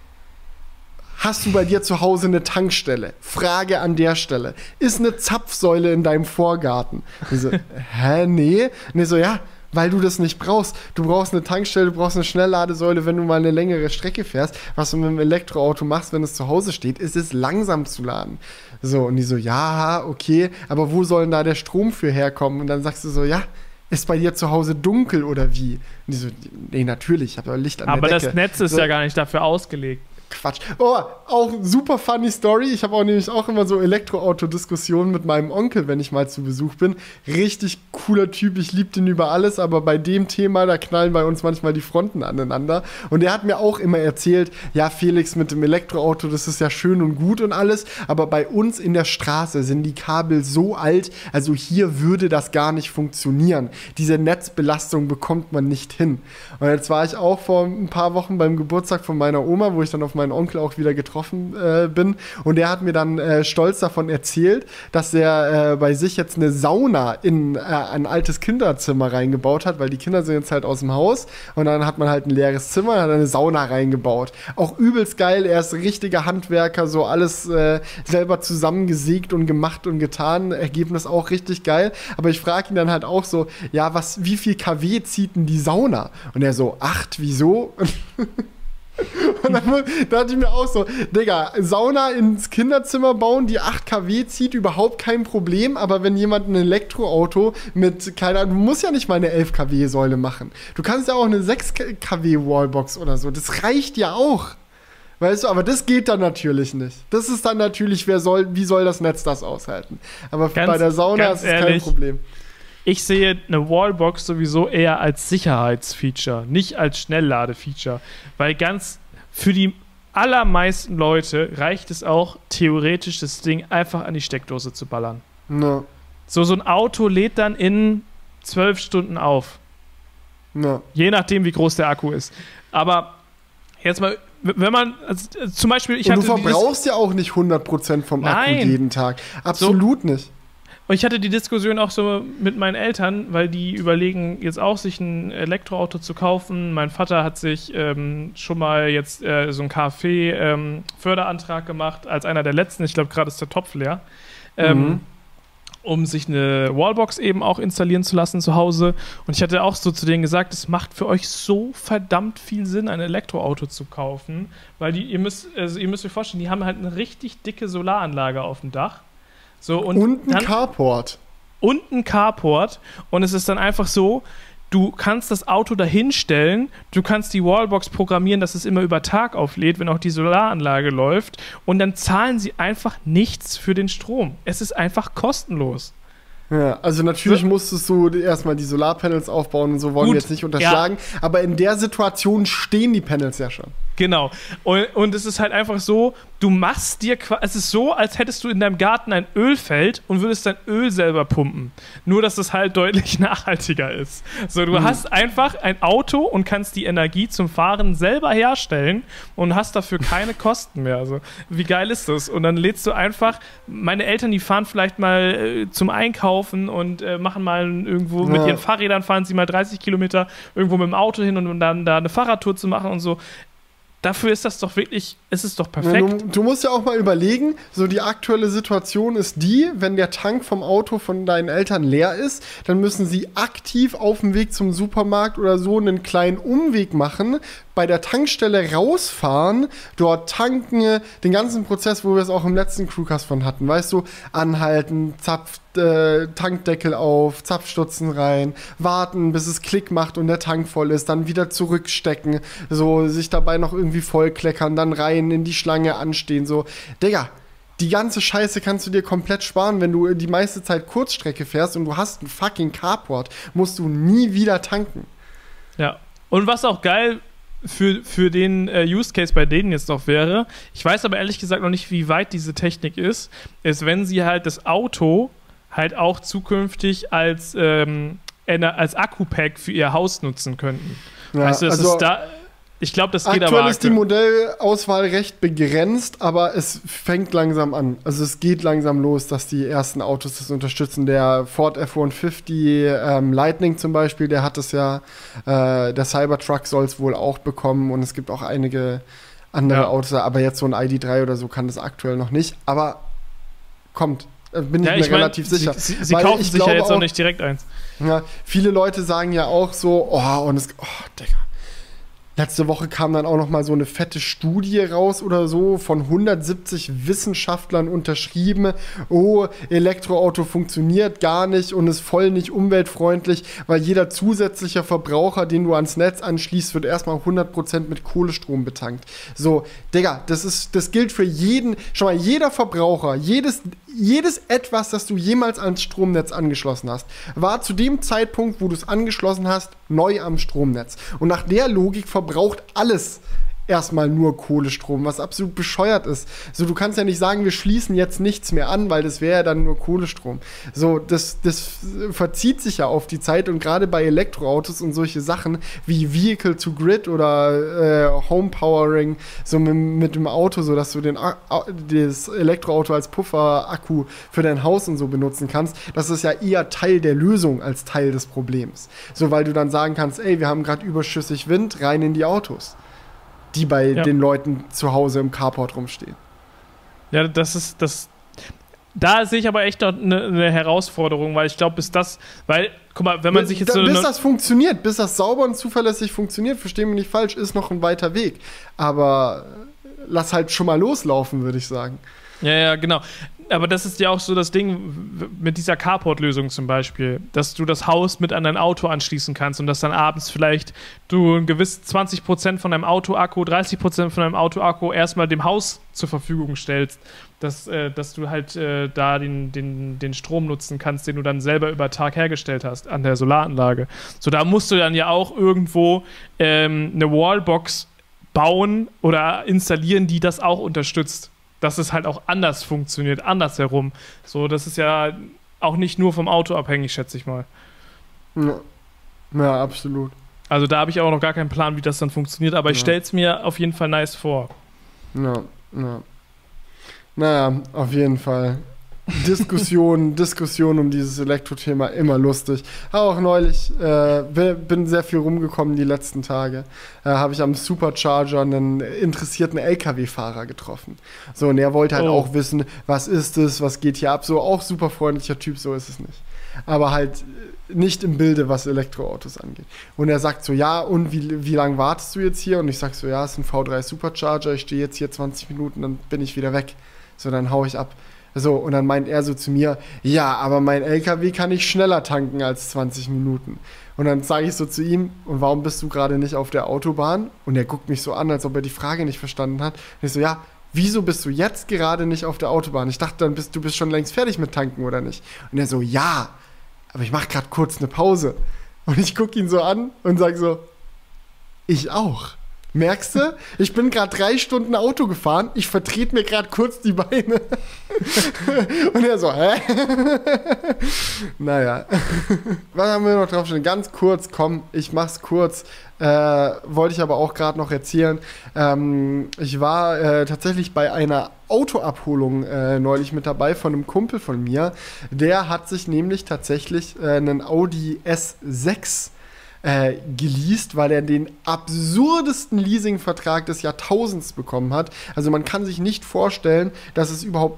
Hast du bei dir zu Hause eine Tankstelle? Frage an der Stelle. Ist eine Zapfsäule in deinem Vorgarten? Ich so, hä, nee? Nee, so, ja, weil du das nicht brauchst. Du brauchst eine Tankstelle, du brauchst eine Schnellladesäule, wenn du mal eine längere Strecke fährst. Was du mit dem Elektroauto machst, wenn es zu Hause steht, ist es langsam zu laden. So, und die so, ja, okay, aber wo soll denn da der Strom für herkommen? Und dann sagst du so, ja, ist bei dir zu Hause dunkel oder wie? Und die so, nee, natürlich, ich habe ja Licht an Aber der Decke. das Netz ist so, ja gar nicht dafür ausgelegt. Quatsch. Oh, auch super funny Story. Ich habe auch nämlich auch immer so Elektroauto-Diskussionen mit meinem Onkel, wenn ich mal zu Besuch bin. Richtig cooler Typ, ich liebe den über alles, aber bei dem Thema, da knallen bei uns manchmal die Fronten aneinander. Und er hat mir auch immer erzählt, ja Felix, mit dem Elektroauto, das ist ja schön und gut und alles, aber bei uns in der Straße sind die Kabel so alt, also hier würde das gar nicht funktionieren. Diese Netzbelastung bekommt man nicht hin. Und jetzt war ich auch vor ein paar Wochen beim Geburtstag von meiner Oma, wo ich dann auf meinen Onkel auch wieder getroffen äh, bin. Und der hat mir dann äh, stolz davon erzählt, dass er äh, bei sich jetzt eine Sauna in äh, ein altes Kinderzimmer reingebaut hat, weil die Kinder sind jetzt halt aus dem Haus und dann hat man halt ein leeres Zimmer, hat eine Sauna reingebaut. Auch übelst geil, er ist richtiger Handwerker, so alles äh, selber zusammengesägt und gemacht und getan. Ergebnis auch richtig geil. Aber ich frage ihn dann halt auch so, ja, was, wie viel KW zieht denn die Sauna? Und er so, acht, wieso? Und dann dachte ich mir auch so, Digga, Sauna ins Kinderzimmer bauen, die acht KW zieht, überhaupt kein Problem. Aber wenn jemand ein Elektroauto mit, keine Ahnung, du musst ja nicht mal eine elf KW Säule machen. Du kannst ja auch eine sechs KW Wallbox oder so. Das reicht ja auch. Weißt du, aber das geht dann natürlich nicht. Das ist dann natürlich, wer soll, wie soll das Netz das aushalten? Aber Ganz- bei der Sauna ganz ist es kein ehrlich, Problem. Ich sehe eine Wallbox sowieso eher als Sicherheitsfeature, nicht als Schnellladefeature. Weil ganz für die allermeisten Leute reicht es auch, theoretisch das Ding einfach an die Steckdose zu ballern. No, So, so ein Auto lädt dann in zwölf Stunden auf. no. Je nachdem, wie groß der Akku ist. Aber jetzt mal, wenn man, also, äh, zum Beispiel, ich Und du hatte dieses- verbrauchst ja auch nicht hundert Prozent vom Akku Nein. jeden Tag. Absolut nicht. Und ich hatte die Diskussion auch so mit meinen Eltern, weil die überlegen jetzt auch, sich ein Elektroauto zu kaufen. Mein Vater hat sich ähm, schon mal jetzt äh, so einen KfW-Förderantrag gemacht, als einer der letzten. Ich glaube, gerade ist der Topf leer. Ähm, Mhm. um sich eine Wallbox eben auch installieren zu lassen zu Hause. Und ich hatte auch so zu denen gesagt, es macht für euch so verdammt viel Sinn, ein Elektroauto zu kaufen, weil die, ihr müsst, also ihr müsst euch vorstellen, die haben halt eine richtig dicke Solaranlage auf dem Dach. So, und, Und ein dann, Carport. und ein Carport. Und es ist dann einfach so, du kannst das Auto dahinstellen, du kannst die Wallbox programmieren, dass es immer über Tag auflädt, wenn auch die Solaranlage läuft. Und dann zahlen sie einfach nichts für den Strom. Es ist einfach kostenlos. Ja, also natürlich musstest du erstmal die Solarpanels aufbauen und so, wollen Gut, wir jetzt nicht unterschlagen. Aber in der Situation stehen die Panels ja schon. Genau. Und, und es ist halt einfach so, du machst dir quasi, es ist so, als hättest du in deinem Garten ein Ölfeld und würdest dein Öl selber pumpen. Nur, dass es halt deutlich nachhaltiger ist. So, du Mhm. hast einfach ein Auto und kannst die Energie zum Fahren selber herstellen und hast dafür keine Kosten mehr. Also, wie geil ist das? Und dann lädst du einfach, meine Eltern, die fahren vielleicht mal äh, zum Einkaufen und äh, machen mal irgendwo mit Ja. ihren Fahrrädern, fahren sie mal dreißig Kilometer irgendwo mit dem Auto hin und um dann da eine Fahrradtour zu machen und so. Dafür ist das doch wirklich, ist es doch Ja, perfekt. du, du musst ja auch mal überlegen, so die aktuelle Situation ist die, wenn der Tank vom Auto von deinen Eltern leer ist, dann müssen sie aktiv auf dem Weg zum Supermarkt oder so einen kleinen Umweg machen, bei der Tankstelle rausfahren, dort tanken, den ganzen Prozess, wo wir es auch im letzten Crewcast von hatten, weißt du, anhalten, Zapf, äh, Tankdeckel auf, Zapfstutzen rein, warten, bis es Klick macht und der Tank voll ist, dann wieder zurückstecken, so sich dabei noch irgendwie vollkleckern, dann rein in die Schlange anstehen, so, Digga, die ganze Scheiße kannst du dir komplett sparen, wenn du die meiste Zeit Kurzstrecke fährst und du hast einen fucking Carport, musst du nie wieder tanken. Ja, und was auch geil für, für den äh, Use Case bei denen jetzt noch wäre, ich weiß aber ehrlich gesagt noch nicht, wie weit diese Technik ist, ist, wenn sie halt das Auto halt auch zukünftig als, ähm, als Akku-Pack für ihr Haus nutzen könnten. Ja, weißt du, das also ist da... Ich glaube, das geht aber... Aktuell ist die Modellauswahl recht begrenzt, aber es fängt langsam an. Also es geht langsam los, dass die ersten Autos das unterstützen. Der Ford F hundertfünfzig ähm, Lightning zum Beispiel, der hat es ja. Äh, der Cybertruck soll es wohl auch bekommen und es gibt auch einige andere ja. Autos. Aber jetzt so ein I D drei oder so kann das aktuell noch nicht. Aber kommt. Bin ich ja, mir ich mein, relativ sicher. Sie, sie, sie kaufen sich ja jetzt auch nicht direkt eins. Ja, viele Leute sagen ja auch so, oh, und es... Oh, Digga. Letzte Woche kam dann auch noch mal so eine fette Studie raus oder so, von hundertsiebzig Wissenschaftlern unterschrieben. Oh, Elektroauto funktioniert gar nicht und ist voll nicht umweltfreundlich, weil jeder zusätzliche Verbraucher, den du ans Netz anschließt, wird erstmal hundert Prozent mit Kohlestrom betankt. So, Digga, das ist, das gilt für jeden, schon mal jeder Verbraucher, jedes, jedes Etwas, das du jemals ans Stromnetz angeschlossen hast, war zu dem Zeitpunkt, wo du es angeschlossen hast, neu am Stromnetz. Und nach der Logik verbraucht alles erstmal nur Kohlestrom, was absolut bescheuert ist. So, du kannst ja nicht sagen, wir schließen jetzt nichts mehr an, weil das wäre ja dann nur Kohlestrom. So, das, das verzieht sich ja auf die Zeit und gerade bei Elektroautos und solche Sachen wie Vehicle to Grid oder äh, Home Powering, so mit, mit dem Auto, so dass du den, das Elektroauto als Pufferakku für dein Haus und so benutzen kannst, das ist ja eher Teil der Lösung als Teil des Problems. So, weil du dann sagen kannst, ey, wir haben gerade überschüssig Wind, rein in die Autos, die bei ja. den Leuten zu Hause im Carport rumstehen. Ja, das ist das. Da sehe ich aber echt noch eine, eine Herausforderung, weil ich glaube, bis das, weil, guck mal, wenn man bis, sich jetzt da, so bis das funktioniert, bis das sauber und zuverlässig funktioniert, verstehen wir nicht falsch, ist noch ein weiter Weg. Aber lass halt schon mal loslaufen, würde ich sagen. Ja, ja, genau. Aber das ist ja auch so das Ding mit dieser Carport-Lösung zum Beispiel, dass du das Haus mit an dein Auto anschließen kannst und dass dann abends vielleicht du ein gewiss zwanzig Prozent von deinem Autoakku, dreißig Prozent von deinem Autoakku erstmal dem Haus zur Verfügung stellst, dass, äh, dass du halt äh, da den, den, den Strom nutzen kannst, den du dann selber über Tag hergestellt hast an der Solaranlage. So, da musst du dann ja auch irgendwo ähm, eine Wallbox bauen oder installieren, die das auch unterstützt. Dass es halt auch anders funktioniert, andersherum. So, das ist ja auch nicht nur vom Auto abhängig, schätze ich mal. Ja, ja, absolut. Also da habe ich auch noch gar keinen Plan, wie das dann funktioniert, aber ja. ich stelle es mir auf jeden Fall nice vor. Ja, ja. Naja, auf jeden Fall. Diskussion, Diskussion um dieses Elektrothema, immer lustig. Habe auch neulich, äh, bin sehr viel rumgekommen die letzten Tage, äh, habe ich am Supercharger einen interessierten L K W-Fahrer getroffen. So, und er wollte halt oh. auch wissen, was ist es, was geht hier ab. So, auch super freundlicher Typ, so ist es nicht. Aber halt nicht im Bilde, was Elektroautos angeht. Und er sagt so, ja, und wie, wie lange wartest du jetzt hier? Und ich sag so, ja, es ist ein V drei Supercharger, ich stehe jetzt hier zwanzig Minuten, dann bin ich wieder weg. So, dann hau ich ab. So, und dann meint er so zu mir, ja, aber mein L K W kann ich schneller tanken als zwanzig Minuten. Und dann sage ich so zu ihm, und warum bist du gerade nicht auf der Autobahn? Und er guckt mich so an, als ob er die Frage nicht verstanden hat. Und ich so, ja, wieso bist du jetzt gerade nicht auf der Autobahn? Ich dachte, dann bist du bist schon längst fertig mit tanken, oder nicht? Und er so, ja, aber ich mache gerade kurz eine Pause. Und ich gucke ihn so an und sage so, ich auch. Merkst du? Ich bin gerade drei Stunden Auto gefahren, ich vertrete mir gerade kurz die Beine. Und er so, hä? Naja. Was haben wir noch draufstehen? Ganz kurz, komm, ich mach's kurz. Äh, wollte ich aber auch gerade noch erzählen. Ähm, ich war äh, tatsächlich bei einer Autoabholung äh, neulich mit dabei von einem Kumpel von mir. Der hat sich nämlich tatsächlich äh, einen Audi S sechs Äh, geleast, weil er den absurdesten Leasingvertrag des Jahrtausends bekommen hat. Also man kann sich nicht vorstellen, dass es überhaupt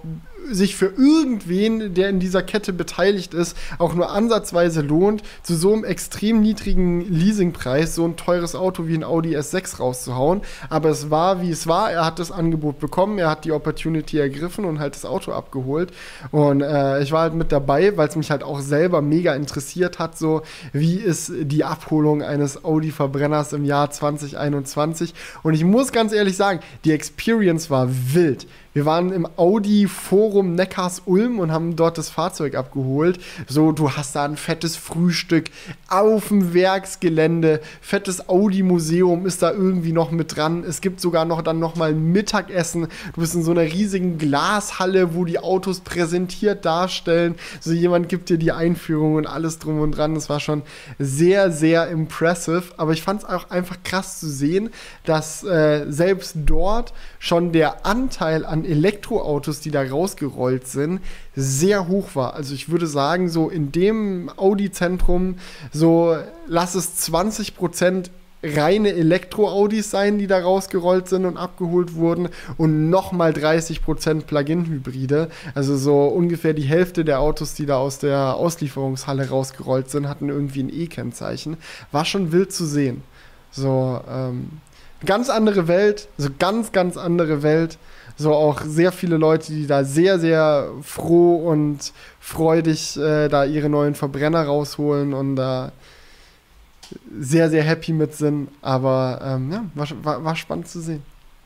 sich für irgendwen, der in dieser Kette beteiligt ist, auch nur ansatzweise lohnt, zu so einem extrem niedrigen Leasingpreis so ein teures Auto wie ein Audi S sechs rauszuhauen. Aber es war, wie es war. Er hat das Angebot bekommen, er hat die Opportunity ergriffen und halt das Auto abgeholt. Und äh, ich war halt mit dabei, weil es mich halt auch selber mega interessiert hat, so wie ist die Abholung eines Audi-Verbrenners im Jahr zwanzig einundzwanzig. Und ich muss ganz ehrlich sagen, die Experience war wild. Wir waren im Audi-Forum Neckars-Ulm und haben dort das Fahrzeug abgeholt. So, du hast da ein fettes Frühstück auf dem Werksgelände. Fettes Audi-Museum ist da irgendwie noch mit dran. Es gibt sogar noch dann noch mal ein Mittagessen. Du bist in so einer riesigen Glashalle, wo die Autos präsentiert darstellen. So, jemand gibt dir die Einführung und alles drum und dran. Das war schon sehr, sehr impressive. Aber ich fand es auch einfach krass zu sehen, dass äh, selbst dort schon der Anteil an Elektroautos, die da rausgerollt sind, sehr hoch war. Also ich würde sagen, so in dem Audi-Zentrum, so lass es zwanzig Prozent reine Elektro-Audis sein, die da rausgerollt sind und abgeholt wurden und nochmal dreißig Prozent Plug-in-Hybride. Also so ungefähr die Hälfte der Autos, die da aus der Auslieferungshalle rausgerollt sind, hatten irgendwie ein E-Kennzeichen. War schon wild zu sehen. So, ähm, ganz andere Welt, so ganz, ganz andere Welt. So auch sehr viele Leute, die da sehr, sehr froh und freudig äh, da ihre neuen Verbrenner rausholen und da sehr, sehr happy mit sind. Aber ähm, ja, war, war, war spannend zu sehen.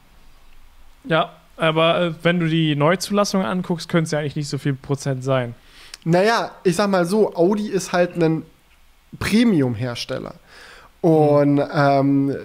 Ja, aber äh, wenn du die Neuzulassung anguckst, könnte es ja eigentlich nicht so viel Prozent sein. Naja, ich sag mal so, Audi ist halt ein Premium-Hersteller. Und mhm. ähm,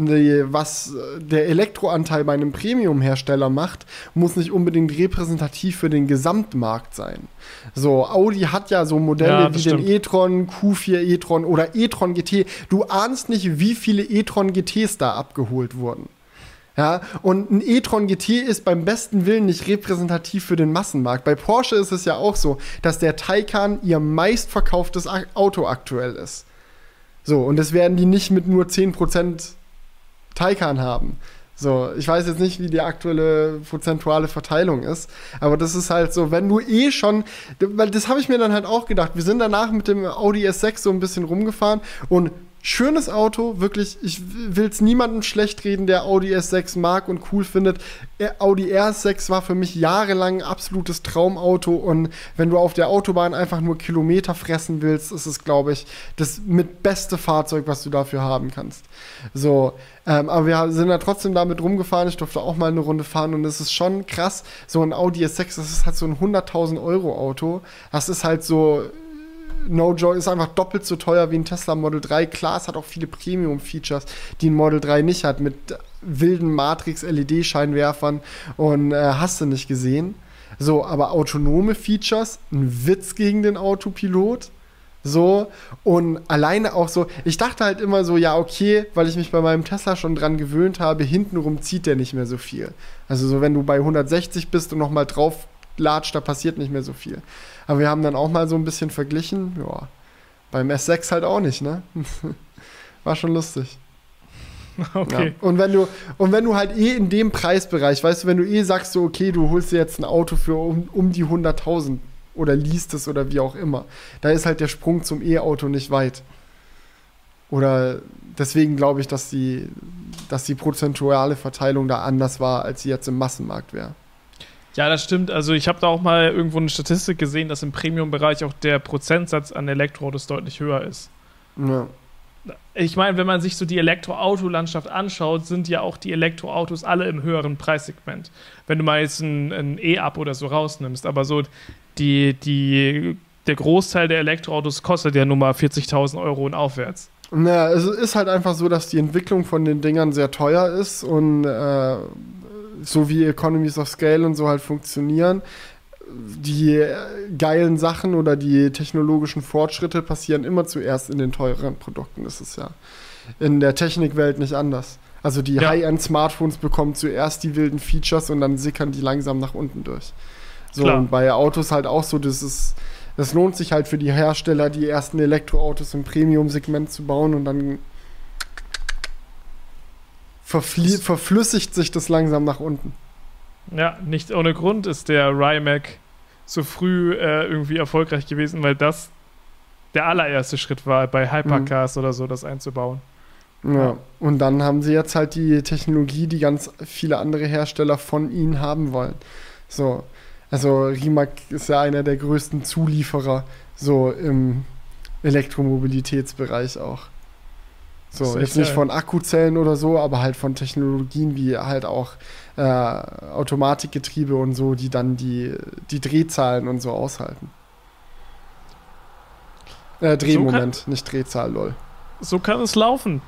was der Elektroanteil bei einem Premium-Hersteller macht, muss nicht unbedingt repräsentativ für den Gesamtmarkt sein. So, Audi hat ja so Modelle ja, wie stimmt. den e-tron, Q vier e-tron oder e-tron G T. Du ahnst nicht, wie viele e-tron G Ts da abgeholt wurden. Ja, und ein e-tron G T ist beim besten Willen nicht repräsentativ für den Massenmarkt. Bei Porsche ist es ja auch so, dass der Taycan ihr meistverkauftes Auto aktuell ist. So, und das werden die nicht mit nur zehn Prozent Taycan haben. So, ich weiß jetzt nicht, wie die aktuelle prozentuale Verteilung ist, aber das ist halt so, wenn du eh schon, weil das habe ich mir dann halt auch gedacht, wir sind danach mit dem Audi S sechs so ein bisschen rumgefahren und schönes Auto, wirklich, ich will es niemandem schlecht reden, der Audi S sechs mag und cool findet. Audi R S sechs war für mich jahrelang ein absolutes Traumauto und wenn du auf der Autobahn einfach nur Kilometer fressen willst, ist es, glaube ich, das mit beste Fahrzeug, was du dafür haben kannst. So, ähm, aber wir sind ja trotzdem damit rumgefahren, ich durfte auch mal eine Runde fahren und es ist schon krass, so ein Audi S sechs, das ist halt so ein hunderttausend Euro Auto, das ist halt so No Joke, ist einfach doppelt so teuer wie ein Tesla Model drei. Klar, es hat auch viele Premium-Features, die ein Model drei nicht hat, mit wilden Matrix-L E D-Scheinwerfern und äh, hast du nicht gesehen. So, aber autonome Features, ein Witz gegen den Autopilot. So, und alleine auch so, ich dachte halt immer so, ja, okay, weil ich mich bei meinem Tesla schon dran gewöhnt habe, hintenrum zieht der nicht mehr so viel. Also so, wenn du bei hundertsechzig bist und nochmal drauf latscht, da passiert nicht mehr so viel. Aber wir haben dann auch mal so ein bisschen verglichen. Ja, beim S sechs halt auch nicht, ne? War schon lustig. Okay. Ja. Und wenn du, und wenn du halt eh in dem Preisbereich, weißt du, wenn du eh sagst so, okay, du holst dir jetzt ein Auto für um, um die hunderttausend oder liest es oder wie auch immer, da ist halt der Sprung zum E-Auto nicht weit. Oder deswegen glaube ich, dass die, dass die prozentuale Verteilung da anders war, als sie jetzt im Massenmarkt wäre. Ja, das stimmt. Also ich habe da auch mal irgendwo eine Statistik gesehen, dass im Premium-Bereich auch der Prozentsatz an Elektroautos deutlich höher ist. Ja. Ich meine, wenn man sich so die Elektroautolandschaft anschaut, sind ja auch die Elektroautos alle im höheren Preissegment. Wenn du mal jetzt ein, ein E-Up oder so rausnimmst. Aber so die, die, der Großteil der Elektroautos kostet ja nun mal vierzigtausend Euro und aufwärts. Naja, es ist halt einfach so, dass die Entwicklung von den Dingern sehr teuer ist und äh, so wie Economies of Scale und so halt funktionieren. Die geilen Sachen oder die technologischen Fortschritte passieren immer zuerst in den teureren Produkten. Das ist ja in der Technikwelt nicht anders. Also die ja. High-End-Smartphones bekommen zuerst die wilden Features und dann sickern die langsam nach unten durch. So, Klar. Und bei Autos halt auch so, das ist, das lohnt sich halt für die Hersteller, die ersten Elektroautos im Premium-Segment zu bauen und dann verflüssigt sich das langsam nach unten. Ja, nicht ohne Grund ist der Rimac so früh äh, irgendwie erfolgreich gewesen, weil das der allererste Schritt war, bei Hypercars mhm. oder so das einzubauen. Ja. ja, und dann haben sie jetzt halt die Technologie, die ganz viele andere Hersteller von ihnen haben wollen. So, also Rimac ist ja einer der größten Zulieferer so im Elektromobilitätsbereich auch. So, jetzt nicht von Akkuzellen oder so, aber halt von Technologien wie halt auch äh, Automatikgetriebe und so, die dann die, die Drehzahlen und so aushalten. Äh, Drehmoment, so kann, nicht Drehzahl, lol. So kann es laufen.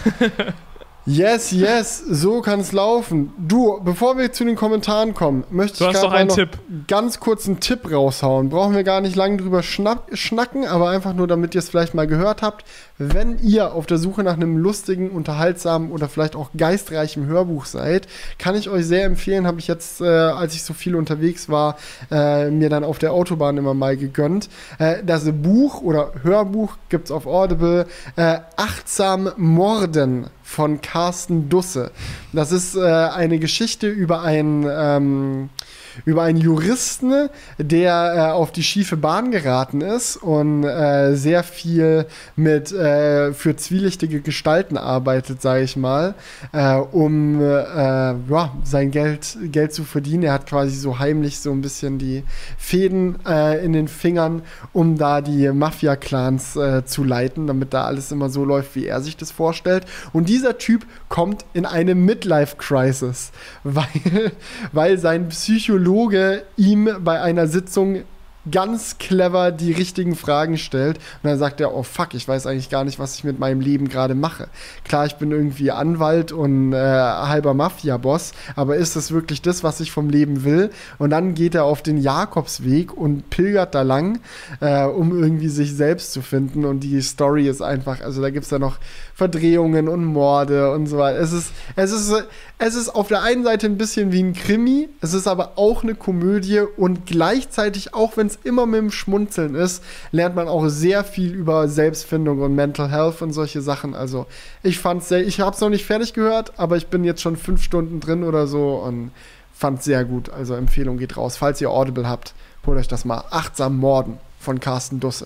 Yes, yes, so kann es laufen. Du, bevor wir zu den Kommentaren kommen, möchte ich gerade noch Tipp. ganz kurz einen Tipp raushauen. Brauchen wir gar nicht lange drüber schnapp, schnacken, aber einfach nur, damit ihr es vielleicht mal gehört habt. Wenn ihr auf der Suche nach einem lustigen, unterhaltsamen oder vielleicht auch geistreichen Hörbuch seid, kann ich euch sehr empfehlen, habe ich jetzt, äh, als ich so viel unterwegs war, äh, mir dann auf der Autobahn immer mal gegönnt. Äh, das Buch oder Hörbuch gibt es auf Audible, äh, Achtsam Morden von Carsten Dusse. Das ist äh, eine Geschichte über einen, ähm, über einen Juristen, der äh, auf die schiefe Bahn geraten ist und äh, sehr viel mit äh, für zwielichtige Gestalten arbeitet, sage ich mal, äh, um äh, ja, sein Geld, Geld zu verdienen. Er hat quasi so heimlich so ein bisschen die Fäden äh, in den Fingern, um da die Mafia-Clans äh, zu leiten, damit da alles immer so läuft, wie er sich das vorstellt. Und dieser Typ kommt in eine Midlife-Crisis, weil, weil sein Psychologe ihm bei einer Sitzung ganz clever die richtigen Fragen stellt. Und dann sagt er, oh fuck, ich weiß eigentlich gar nicht, was ich mit meinem Leben gerade mache. Klar, ich bin irgendwie Anwalt und äh, halber Mafia-Boss, aber ist das wirklich das, was ich vom Leben will? Und dann geht er auf den Jakobsweg und pilgert da lang, äh, um irgendwie sich selbst zu finden. Und die Story ist einfach, also da gibt es ja noch Verdrehungen und Morde und so weiter. Es ist, es ist, es ist auf der einen Seite ein bisschen wie ein Krimi, es ist aber auch eine Komödie und gleichzeitig, auch wenn es immer mit dem Schmunzeln ist, lernt man auch sehr viel über Selbstfindung und Mental Health und solche Sachen. Also ich fand's sehr, ich habe es noch nicht fertig gehört, aber ich bin jetzt schon fünf Stunden drin oder so und fand's sehr gut. Also Empfehlung geht raus. Falls ihr Audible habt, holt euch das mal. Achtsam Morden von Carsten Dusse.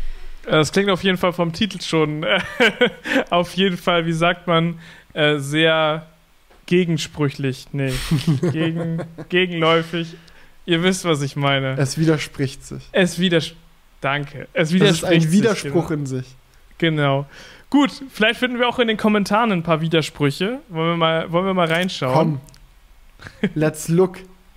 Das klingt auf jeden Fall vom Titel schon äh, auf jeden Fall, wie sagt man, äh, sehr gegensprüchlich. Nee, gegen, gegenläufig. Ihr wisst, was ich meine. Es widerspricht sich. Es widerspricht. Danke. Es widerspricht das ist ein Widerspruch sich, in sich. Genau. Gut, vielleicht finden wir auch in den Kommentaren ein paar Widersprüche. Wollen wir mal, wollen wir mal reinschauen? Komm. Let's look.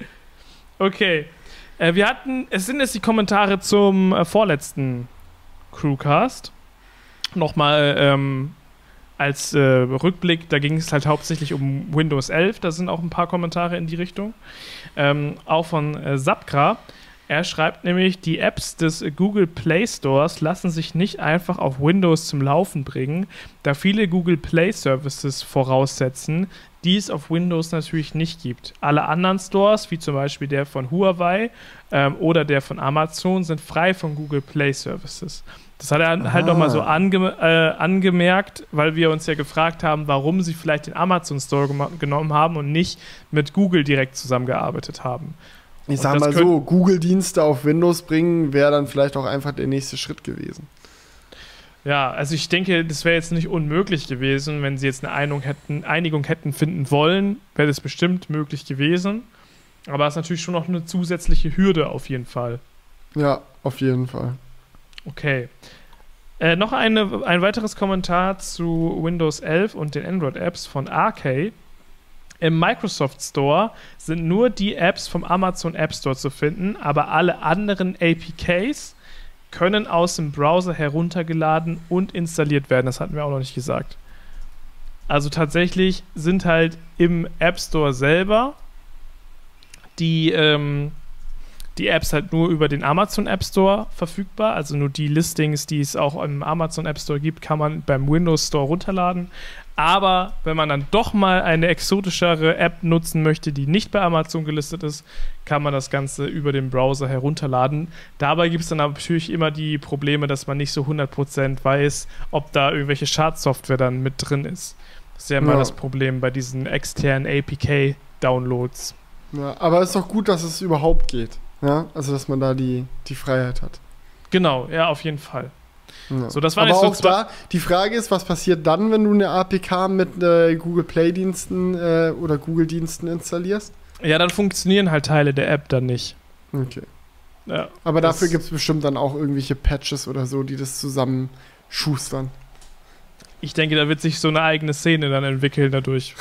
Okay. Äh, wir hatten, es sind jetzt die Kommentare zum äh, vorletzten Crewcast. Nochmal ähm, als äh, Rückblick, da ging es halt hauptsächlich um Windows elf, da sind auch ein paar Kommentare in die Richtung. Ähm, auch von äh, Sapkra. Er schreibt nämlich, die Apps des Google Play Stores lassen sich nicht einfach auf Windows zum Laufen bringen, da viele Google Play Services voraussetzen, die es auf Windows natürlich nicht gibt. Alle anderen Stores, wie zum Beispiel der von Huawei ähm, oder der von Amazon, sind frei von Google Play Services. Das hat er ah. halt nochmal so ange äh, angemerkt, weil wir uns ja gefragt haben, warum sie vielleicht den Amazon Store genommen haben und nicht mit Google direkt zusammengearbeitet haben. Ich sag mal so, Google-Dienste auf Windows bringen, wäre dann vielleicht auch einfach der nächste Schritt gewesen. Ja, also ich denke, das wäre jetzt nicht unmöglich gewesen, wenn sie jetzt eine Einigung hätten, Einigung hätten finden wollen, wäre das bestimmt möglich gewesen. Aber es ist natürlich schon noch eine zusätzliche Hürde auf jeden Fall. Ja, auf jeden Fall. Okay. Äh, noch eine, ein weiteres Kommentar zu Windows elf und den Android-Apps von R K. Im Microsoft Store sind nur die Apps vom Amazon App Store zu finden, aber alle anderen A P Ks können aus dem Browser heruntergeladen und installiert werden. Das hatten wir auch noch nicht gesagt. Also tatsächlich sind halt im App Store selber die, ähm, die Apps halt nur über den Amazon App Store verfügbar. Also nur die Listings, die es auch im Amazon App Store gibt, kann man beim Windows Store runterladen. Aber wenn man dann doch mal eine exotischere App nutzen möchte, die nicht bei Amazon gelistet ist, kann man das Ganze über den Browser herunterladen. Dabei gibt es dann natürlich immer die Probleme, dass man nicht so hundert Prozent weiß, ob da irgendwelche Schadsoftware dann mit drin ist. Das ist ja immer ja. das Problem bei diesen externen A P K-Downloads. Ja, aber es ist doch gut, dass es überhaupt geht. Ja, also dass man da die, die Freiheit hat. Genau, ja, auf jeden Fall. Ja. So, das war Aber so auch da, die Frage ist, was passiert dann, wenn du eine A P K mit äh, Google Play-Diensten äh, oder Google-Diensten installierst? Ja, dann funktionieren halt Teile der App dann nicht. Okay. Ja, aber dafür gibt es bestimmt dann auch irgendwelche Patches oder so, die das zusammen schustern. Ich denke, da wird sich so eine eigene Szene dann entwickeln dadurch.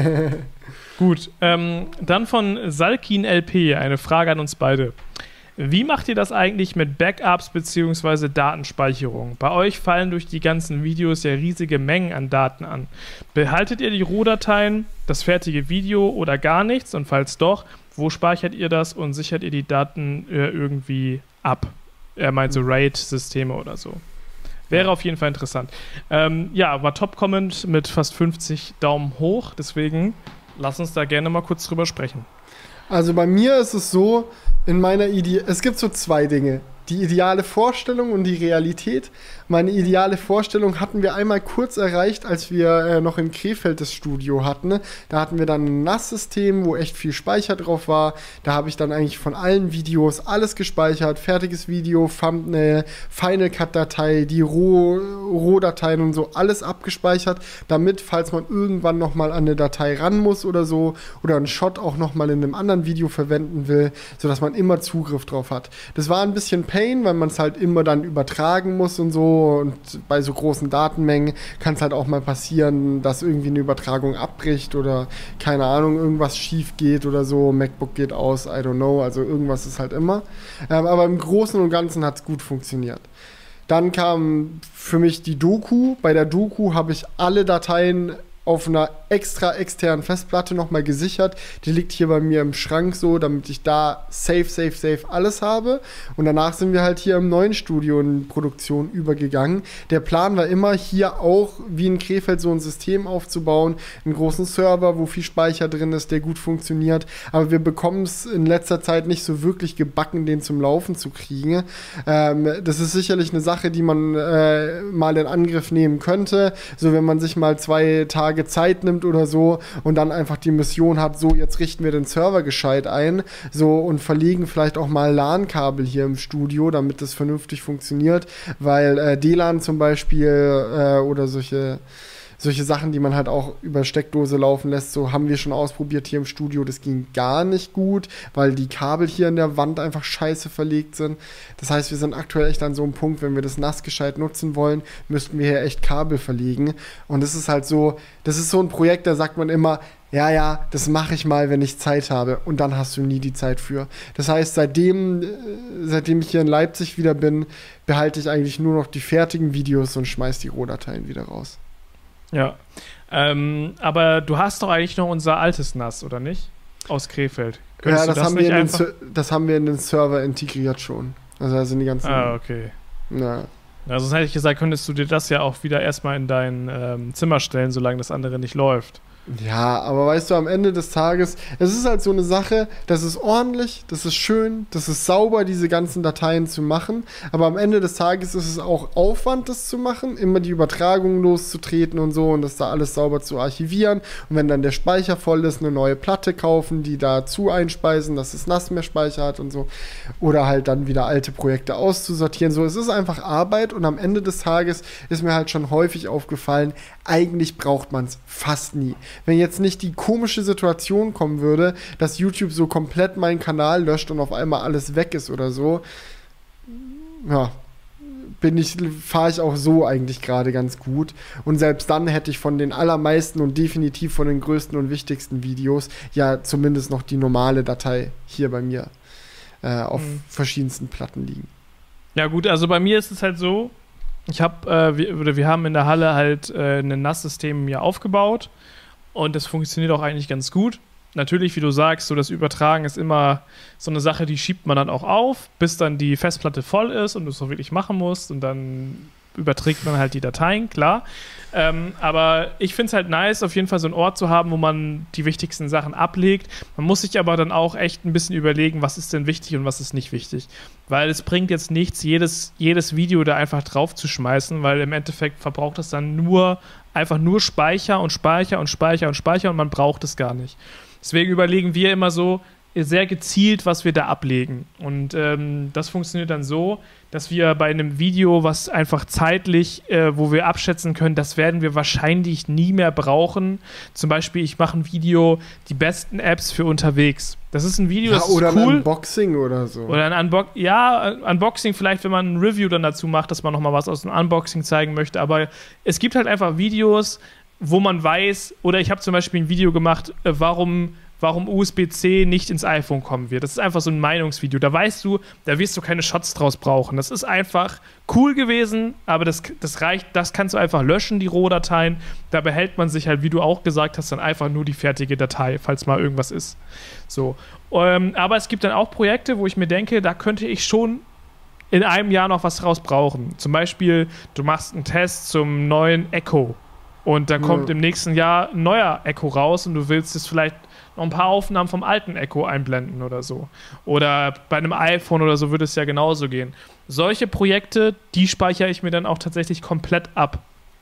Gut, ähm, dann von Salkin L P eine Frage an uns beide. Wie macht ihr das eigentlich mit Backups bzw. Datenspeicherung? Bei euch fallen durch die ganzen Videos ja riesige Mengen an Daten an. Behaltet ihr die Rohdateien, das fertige Video oder gar nichts? Und falls doch, wo speichert ihr das und sichert ihr die Daten äh, irgendwie ab? Er meint so RAID-Systeme oder so. Wäre auf jeden Fall interessant. Ähm, ja, war Top-Comment mit fast fünfzig Daumen hoch, deswegen lass uns da gerne mal kurz drüber sprechen. Also bei mir ist es so, in meiner Idee, es gibt so zwei Dinge. Die ideale Vorstellung und die Realität. Meine ideale Vorstellung hatten wir einmal kurz erreicht, als wir äh, noch in Krefeld das Studio hatten. Da hatten wir dann ein N A S-System, wo echt viel Speicher drauf war. Da habe ich dann eigentlich von allen Videos alles gespeichert. Fertiges Video, Thumbnail, Final Cut-Datei, die Roh- Rohdateien und so, alles abgespeichert, damit, falls man irgendwann nochmal an eine Datei ran muss oder so, oder einen Shot auch nochmal in einem anderen Video verwenden will, sodass man immer Zugriff drauf hat. Das war ein bisschen Pain, weil man es halt immer dann übertragen muss und so. Und bei so großen Datenmengen kann es halt auch mal passieren, dass irgendwie eine Übertragung abbricht oder keine Ahnung, irgendwas schief geht oder so. MacBook geht aus, I don't know. Also irgendwas ist halt immer. Ähm, aber im Großen und Ganzen hat es gut funktioniert. Dann kam für mich die Doku. Bei der Doku habe ich alle Dateien auf einer extra externen Festplatte nochmal gesichert. Die liegt hier bei mir im Schrank so, damit ich da safe, safe, safe alles habe. Und danach sind wir halt hier im neuen Studio in Produktion übergegangen. Der Plan war immer, hier auch wie in Krefeld so ein System aufzubauen, einen großen Server, wo viel Speicher drin ist, der gut funktioniert. Aber wir bekommen es in letzter Zeit nicht so wirklich gebacken, den zum Laufen zu kriegen. Ähm, das ist sicherlich eine Sache, die man äh, mal in Angriff nehmen könnte. So, wenn man sich mal zwei Tage Zeit nimmt oder so und dann einfach die Mission hat, so jetzt richten wir den Server gescheit ein, so und verlegen vielleicht auch mal LAN-Kabel hier im Studio, damit das vernünftig funktioniert, weil äh, D LAN zum Beispiel äh, oder solche Solche Sachen, die man halt auch über Steckdose laufen lässt, so haben wir schon ausprobiert hier im Studio. Das ging gar nicht gut, weil die Kabel hier in der Wand einfach scheiße verlegt sind. Das heißt, wir sind aktuell echt an so einem Punkt, wenn wir das N A S gescheit nutzen wollen, müssten wir hier echt Kabel verlegen. Und das ist halt so, das ist so ein Projekt, da sagt man immer, ja, ja, das mache ich mal, wenn ich Zeit habe. Und dann hast du nie die Zeit für. Das heißt, seitdem, seitdem ich hier in Leipzig wieder bin, behalte ich eigentlich nur noch die fertigen Videos und schmeiß die Rohdateien wieder raus. Ja, ähm, aber du hast doch eigentlich noch unser altes N A S, oder nicht? Aus Krefeld. Könntest ja, das, das, haben wir in den, das haben wir in den Server integriert schon. Also da sind die ganzen... Ah, okay. Ja. Ja, sonst hätte ich gesagt, könntest du dir das ja auch wieder erstmal in dein ähm, Zimmer stellen, solange das andere nicht läuft. Ja, aber weißt du, am Ende des Tages, es ist halt so eine Sache, das ist ordentlich, das ist schön, das ist sauber, diese ganzen Dateien zu machen, aber am Ende des Tages ist es auch Aufwand, das zu machen, immer die Übertragung loszutreten und so und das da alles sauber zu archivieren und wenn dann der Speicher voll ist, eine neue Platte kaufen, die dazu einspeisen, dass es N A S mehr Speicher hat und so oder halt dann wieder alte Projekte auszusortieren, so, es ist einfach Arbeit und am Ende des Tages ist mir halt schon häufig aufgefallen, eigentlich braucht man es fast nie. Wenn jetzt nicht die komische Situation kommen würde, dass YouTube so komplett meinen Kanal löscht und auf einmal alles weg ist oder so, ja, bin ich, fahre ich auch so eigentlich gerade ganz gut. Und selbst dann hätte ich von den allermeisten und definitiv von den größten und wichtigsten Videos ja zumindest noch die normale Datei hier bei mir äh, auf mhm. verschiedensten Platten liegen. Ja gut, also bei mir ist es halt so, ich habe, äh, wir, wir haben in der Halle halt äh, ein N A S-System mir aufgebaut und das funktioniert auch eigentlich ganz gut. Natürlich, wie du sagst, so das Übertragen ist immer so eine Sache, die schiebt man dann auch auf, bis dann die Festplatte voll ist und du es auch wirklich machen musst und dann überträgt man halt die Dateien, klar. Ähm, aber ich finde es halt nice, auf jeden Fall so einen Ort zu haben, wo man die wichtigsten Sachen ablegt. Man muss sich aber dann auch echt ein bisschen überlegen, was ist denn wichtig und was ist nicht wichtig. Weil es bringt jetzt nichts, jedes, jedes Video da einfach drauf zu schmeißen, weil im Endeffekt verbraucht das dann nur einfach nur Speicher und Speicher und Speicher und Speicher und man braucht es gar nicht. Deswegen überlegen wir immer so, sehr gezielt, was wir da ablegen. Und ähm, das funktioniert dann so, dass wir bei einem Video, was einfach zeitlich, äh, wo wir abschätzen können, das werden wir wahrscheinlich nie mehr brauchen. Zum Beispiel, ich mache ein Video, die besten Apps für unterwegs. Das ist ein Video, ja, das ist oder cool. ein Unboxing oder so. Oder ein Unboxing, ja, Unboxing vielleicht, wenn man ein Review dann dazu macht, dass man nochmal was aus dem Unboxing zeigen möchte. Aber es gibt halt einfach Videos, wo man weiß, oder ich habe zum Beispiel ein Video gemacht, äh, warum, warum U S B C nicht ins iPhone kommen wird. Das ist einfach so ein Meinungsvideo. Da weißt du, da wirst du keine Shots draus brauchen. Das ist einfach cool gewesen, aber das, das reicht, das kannst du einfach löschen, die Rohdateien. Da behält man sich halt, wie du auch gesagt hast, dann einfach nur die fertige Datei, falls mal irgendwas ist. So. Ähm, aber es gibt dann auch Projekte, wo ich mir denke, da könnte ich schon in einem Jahr noch was draus brauchen. Zum Beispiel, du machst einen Test zum neuen Echo. Und dann kommt ja. im nächsten Jahr ein neuer Echo raus und du willst jetzt vielleicht noch ein paar Aufnahmen vom alten Echo einblenden oder so. Oder bei einem iPhone oder so würde es ja genauso gehen. Solche Projekte, die speichere ich mir dann auch tatsächlich komplett ab.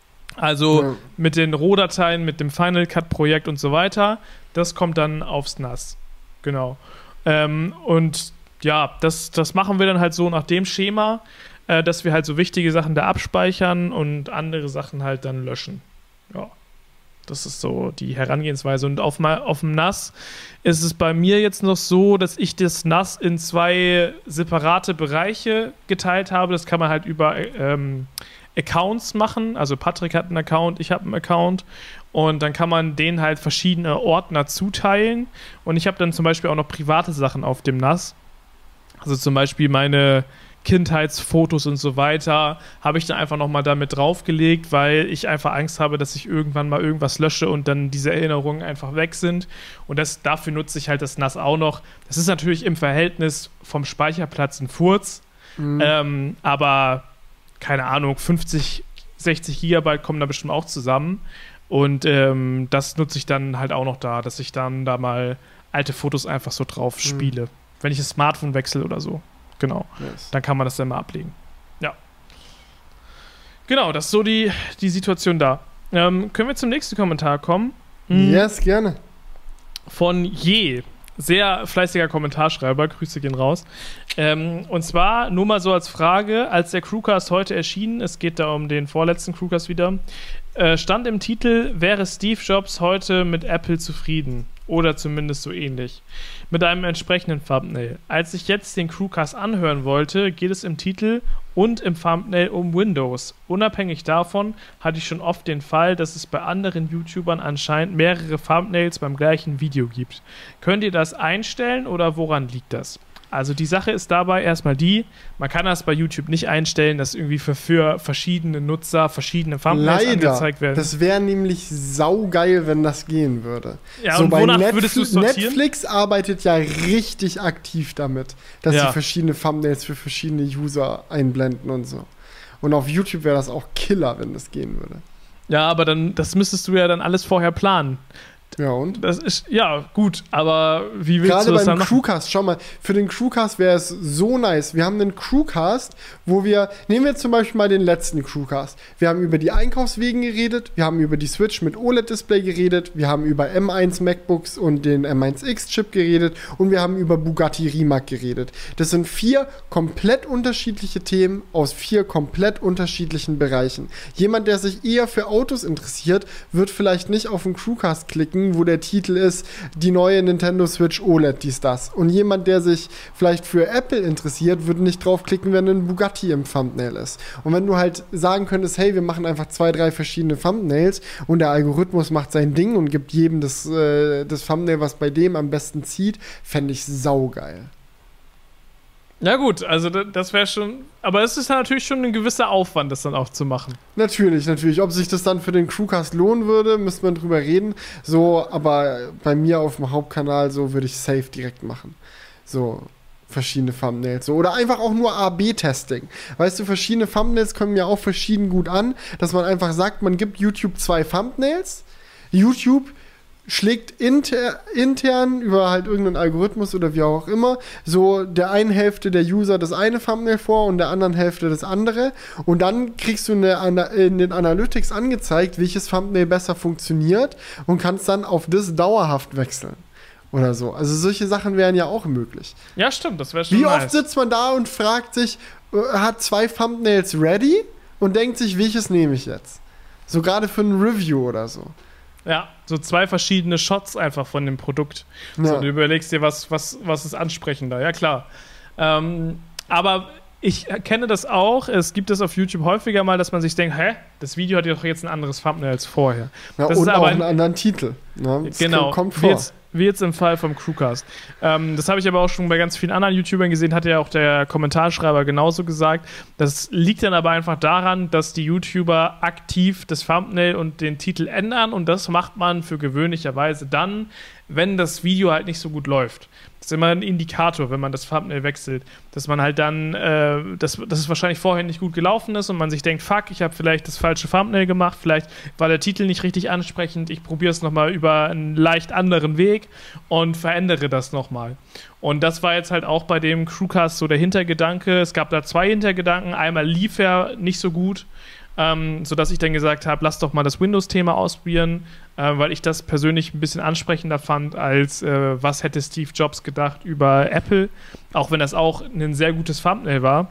Also ja. mit den Rohdateien, mit dem Final Cut Projekt und so weiter, das kommt dann aufs N A S. Genau. Ähm, und ja, das, das machen wir dann halt so nach dem Schema, äh, dass wir halt so wichtige Sachen da abspeichern und andere Sachen halt dann löschen. Ja, das ist so die Herangehensweise. Und auf, mal, auf dem N A S ist es bei mir jetzt noch so, dass ich das N A S in zwei separate Bereiche geteilt habe. Das kann man halt über ähm, Accounts machen. Also Patrick hat einen Account, ich habe einen Account. Und dann kann man denen halt verschiedene Ordner zuteilen. Und ich habe dann zum Beispiel auch noch private Sachen auf dem N A S. Also zum Beispiel meine Kindheitsfotos und so weiter, habe ich dann einfach nochmal damit draufgelegt, weil ich einfach Angst habe, dass ich irgendwann mal irgendwas lösche und dann diese Erinnerungen einfach weg sind. Und das, dafür nutze ich halt das N A S auch noch. Das ist natürlich im Verhältnis vom Speicherplatz ein Furz, mhm. ähm, aber keine Ahnung, fünfzig, sechzig Gigabyte kommen da bestimmt auch zusammen. Und ähm, das nutze ich dann halt auch noch da, dass ich dann da mal alte Fotos einfach so drauf mhm. spiele. Wenn ich das Smartphone wechsle oder so. Genau. Yes. Dann kann man das dann mal ablegen. Ja. Genau, das ist so die, die Situation da. Ähm, können wir zum nächsten Kommentar kommen? Hm. Yes, gerne. Von Je. Sehr fleißiger Kommentarschreiber. Grüße gehen raus. Ähm, und zwar, nur mal so als Frage, als der Crewcast heute erschienen, es geht da um den vorletzten Crewcast wieder, äh, stand im Titel, wäre Steve Jobs heute mit Apple zufrieden? Oder zumindest so ähnlich. Mit einem entsprechenden Thumbnail. Als ich jetzt den Crewcast anhören wollte, geht es im Titel und im Thumbnail um Windows. Unabhängig davon hatte ich schon oft den Fall, dass es bei anderen YouTubern anscheinend mehrere Thumbnails beim gleichen Video gibt. Könnt ihr das einstellen oder woran liegt das? Also die Sache ist dabei erstmal die, man kann das bei YouTube nicht einstellen, dass irgendwie für, für verschiedene Nutzer verschiedene Thumbnails Leider. angezeigt werden. Das wäre nämlich saugeil, wenn das gehen würde. Ja, so und bei wonach Netf- würdest du es sortieren? Netflix arbeitet ja richtig aktiv damit, dass ja. sie verschiedene Thumbnails für verschiedene User einblenden und so. Und auf YouTube wäre das auch Killer, wenn das gehen würde. Ja, aber dann, das müsstest du ja dann alles vorher planen. Ja, und? Das ist, ja, gut, aber wie willst Gerade du das beim dann Crewcast, schau mal, für den Crewcast wäre es so nice. Wir haben einen Crewcast, wo wir, nehmen wir zum Beispiel mal den letzten Crewcast. Wir haben über die Einkaufswegen geredet, wir haben über die Switch mit O L E D-Display geredet, wir haben über M eins MacBooks und den M eins X-Chip geredet und wir haben über Bugatti Rimac geredet. Das sind vier komplett unterschiedliche Themen aus vier komplett unterschiedlichen Bereichen. Jemand, der sich eher für Autos interessiert, wird vielleicht nicht auf den Crewcast klicken, wo der Titel ist, die neue Nintendo Switch O L E D, dies, das. Und jemand, der sich vielleicht für Apple interessiert, würde nicht draufklicken, wenn ein Bugatti im Thumbnail ist. Und wenn du halt sagen könntest, hey, wir machen einfach zwei, drei verschiedene Thumbnails und der Algorithmus macht sein Ding und gibt jedem das, äh, das Thumbnail, was bei dem am besten zieht, fände ich saugeil. Ja gut, also das wäre schon, aber es ist natürlich schon ein gewisser Aufwand, das dann auch zu machen. Natürlich, natürlich. Ob sich das dann für den Crewcast lohnen würde, müsste man drüber reden. So, aber bei mir auf dem Hauptkanal, so würde ich safe direkt machen. So, verschiedene Thumbnails. So. Oder einfach auch nur A B Testing. Weißt du, verschiedene Thumbnails kommen ja auch verschieden gut an, dass man einfach sagt, man gibt YouTube zwei Thumbnails. YouTube schlägt inter, intern über halt irgendeinen Algorithmus oder wie auch immer so der einen Hälfte der User das eine Thumbnail vor und der anderen Hälfte das andere und dann kriegst du eine, in den Analytics angezeigt, welches Thumbnail besser funktioniert und kannst dann auf das dauerhaft wechseln. oder so. Also solche Sachen wären ja auch möglich. Ja, stimmt, das wäre schon Wie nice. oft sitzt man da und fragt sich, äh, hat zwei Thumbnails ready und denkt sich, welches nehme ich jetzt? So gerade für ein Review oder so. Ja, so zwei verschiedene Shots einfach von dem Produkt. Ja. So, du überlegst dir, was, was, was ist ansprechender. Ja, klar. Ähm, aber ich kenne das auch. Es gibt es auf YouTube häufiger mal, dass man sich denkt, hä, das Video hat ja doch jetzt ein anderes Thumbnail als vorher. Ja, das und ist auch aber einen anderen Titel. Ne? Das genau, kommt wie vor. jetzt, wie jetzt im Fall vom Crewcast. Ähm, das habe ich aber auch schon bei ganz vielen anderen YouTubern gesehen, hat ja auch der Kommentarschreiber genauso gesagt. Das liegt dann aber einfach daran, dass die YouTuber aktiv das Thumbnail und den Titel ändern und das macht man für gewöhnlicherweise dann, wenn das Video halt nicht so gut läuft. Das ist immer ein Indikator, wenn man das Thumbnail wechselt, dass man halt dann, äh, dass, dass es wahrscheinlich vorher nicht gut gelaufen ist und man sich denkt, fuck, ich habe vielleicht das falsche Thumbnail gemacht, vielleicht war der Titel nicht richtig ansprechend, ich probiere es nochmal über einen leicht anderen Weg und verändere das nochmal. Und das war jetzt halt auch bei dem Crewcast so der Hintergedanke. Es gab da zwei Hintergedanken. Einmal lief er nicht so gut, ähm, sodass ich dann gesagt habe, lass doch mal das Windows-Thema ausprobieren, äh, weil ich das persönlich ein bisschen ansprechender fand, als äh, was hätte Steve Jobs gedacht über Apple, auch wenn das auch ein sehr gutes Thumbnail war.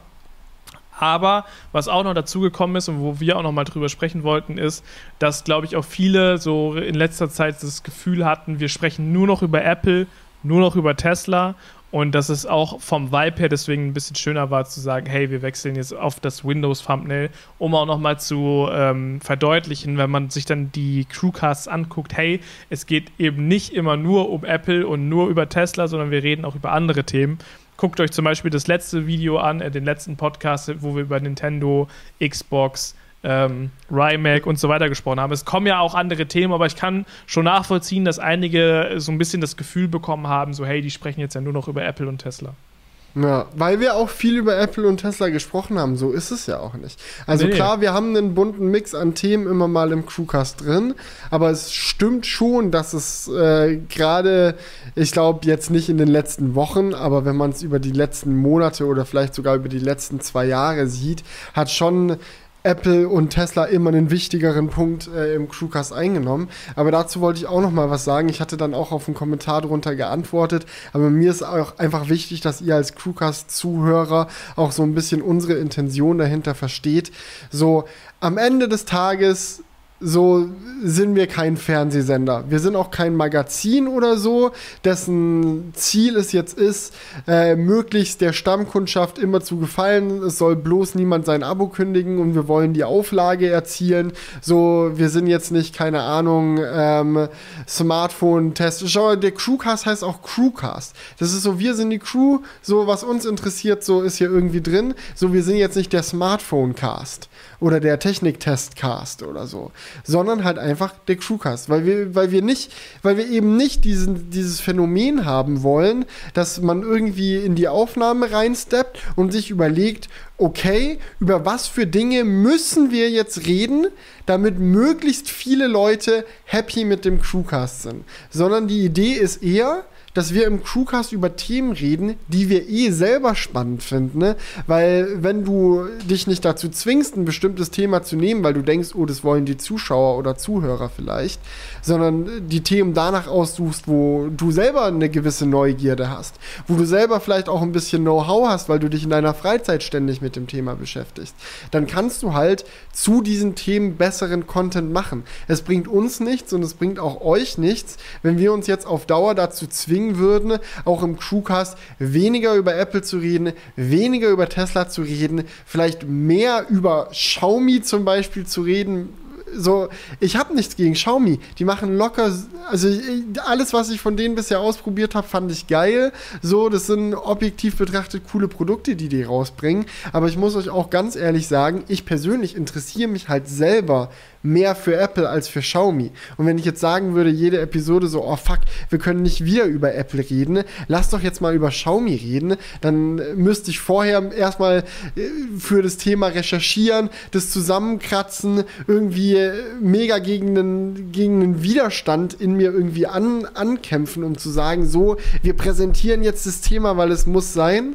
Aber was auch noch dazugekommen ist und wo wir auch noch mal drüber sprechen wollten, ist, dass, glaube ich, auch viele so in letzter Zeit das Gefühl hatten, wir sprechen nur noch über Apple, nur noch über Tesla und dass es auch vom Vibe her deswegen ein bisschen schöner war zu sagen, hey, wir wechseln jetzt auf das Windows-Thumbnail, um auch noch mal zu ähm, verdeutlichen, wenn man sich dann die Crewcasts anguckt, hey, es geht eben nicht immer nur um Apple und nur über Tesla, sondern wir reden auch über andere Themen. Guckt euch zum Beispiel das letzte Video an, äh, den letzten Podcast, wo wir über Nintendo, Xbox, ähm, Rymac und so weiter gesprochen haben. Es kommen ja auch andere Themen, aber ich kann schon nachvollziehen, dass einige so ein bisschen das Gefühl bekommen haben, so hey, die sprechen jetzt ja nur noch über Apple und Tesla. Ja, weil wir auch viel über Apple und Tesla gesprochen haben, so ist es ja auch nicht. Also nee. Klar, wir haben einen bunten Mix an Themen immer mal im Crewcast drin, aber es stimmt schon, dass es äh, gerade, ich glaube jetzt nicht in den letzten Wochen, aber wenn man es über die letzten Monate oder vielleicht sogar über die letzten zwei Jahre sieht, hat schon Apple und Tesla immer einen wichtigeren Punkt äh, im Crewcast eingenommen. Aber dazu wollte ich auch noch mal was sagen. Ich hatte dann auch auf einen Kommentar drunter geantwortet. Aber mir ist auch einfach wichtig, dass ihr als Crewcast-Zuhörer auch so ein bisschen unsere Intention dahinter versteht. So, am Ende des Tages so sind wir kein Fernsehsender. Wir sind auch kein Magazin oder so, dessen Ziel es jetzt ist, äh, möglichst der Stammkundschaft immer zu gefallen. Es soll bloß niemand sein Abo kündigen und wir wollen die Auflage erzielen. So, wir sind jetzt nicht, keine Ahnung, ähm, Smartphone-Test. Schau, der Crewcast heißt auch Crewcast. Das ist so, wir sind die Crew, so was uns interessiert, so ist hier irgendwie drin. So, wir sind jetzt nicht der Smartphone-Cast oder der Technik-Test-Cast oder so, sondern halt einfach der Crewcast, weil wir, weil wir nicht, weil wir eben nicht diesen, dieses Phänomen haben wollen, dass man irgendwie in die Aufnahme reinsteppt und sich überlegt, okay, über was für Dinge müssen wir jetzt reden, damit möglichst viele Leute happy mit dem Crewcast sind, sondern die Idee ist eher, dass wir im Crewcast über Themen reden, die wir eh selber spannend finden, ne? Weil wenn du dich nicht dazu zwingst, ein bestimmtes Thema zu nehmen, weil du denkst, oh, das wollen die Zuschauer oder Zuhörer vielleicht, sondern die Themen danach aussuchst, wo du selber eine gewisse Neugierde hast, wo du selber vielleicht auch ein bisschen Know-how hast, weil du dich in deiner Freizeit ständig mit dem Thema beschäftigst, dann kannst du halt zu diesen Themen besseren Content machen. Es bringt uns nichts und es bringt auch euch nichts, wenn wir uns jetzt auf Dauer dazu zwingen würden, auch im Crewcast weniger über Apple zu reden, weniger über Tesla zu reden, vielleicht mehr über Xiaomi zum Beispiel zu reden. So, ich habe nichts gegen Xiaomi. Die machen locker, also alles, was ich von denen bisher ausprobiert habe, fand ich geil. So, das sind objektiv betrachtet coole Produkte, die die rausbringen. Aber ich muss euch auch ganz ehrlich sagen, ich persönlich interessiere mich halt selber mehr für Apple als für Xiaomi. Und wenn ich jetzt sagen würde, jede Episode so, oh fuck, wir können nicht wieder über Apple reden, lass doch jetzt mal über Xiaomi reden, dann müsste ich vorher erstmal für das Thema recherchieren, das zusammenkratzen, irgendwie mega gegen einen, gegen einen Widerstand in mir irgendwie an, ankämpfen, um zu sagen, so, wir präsentieren jetzt das Thema, weil es muss sein.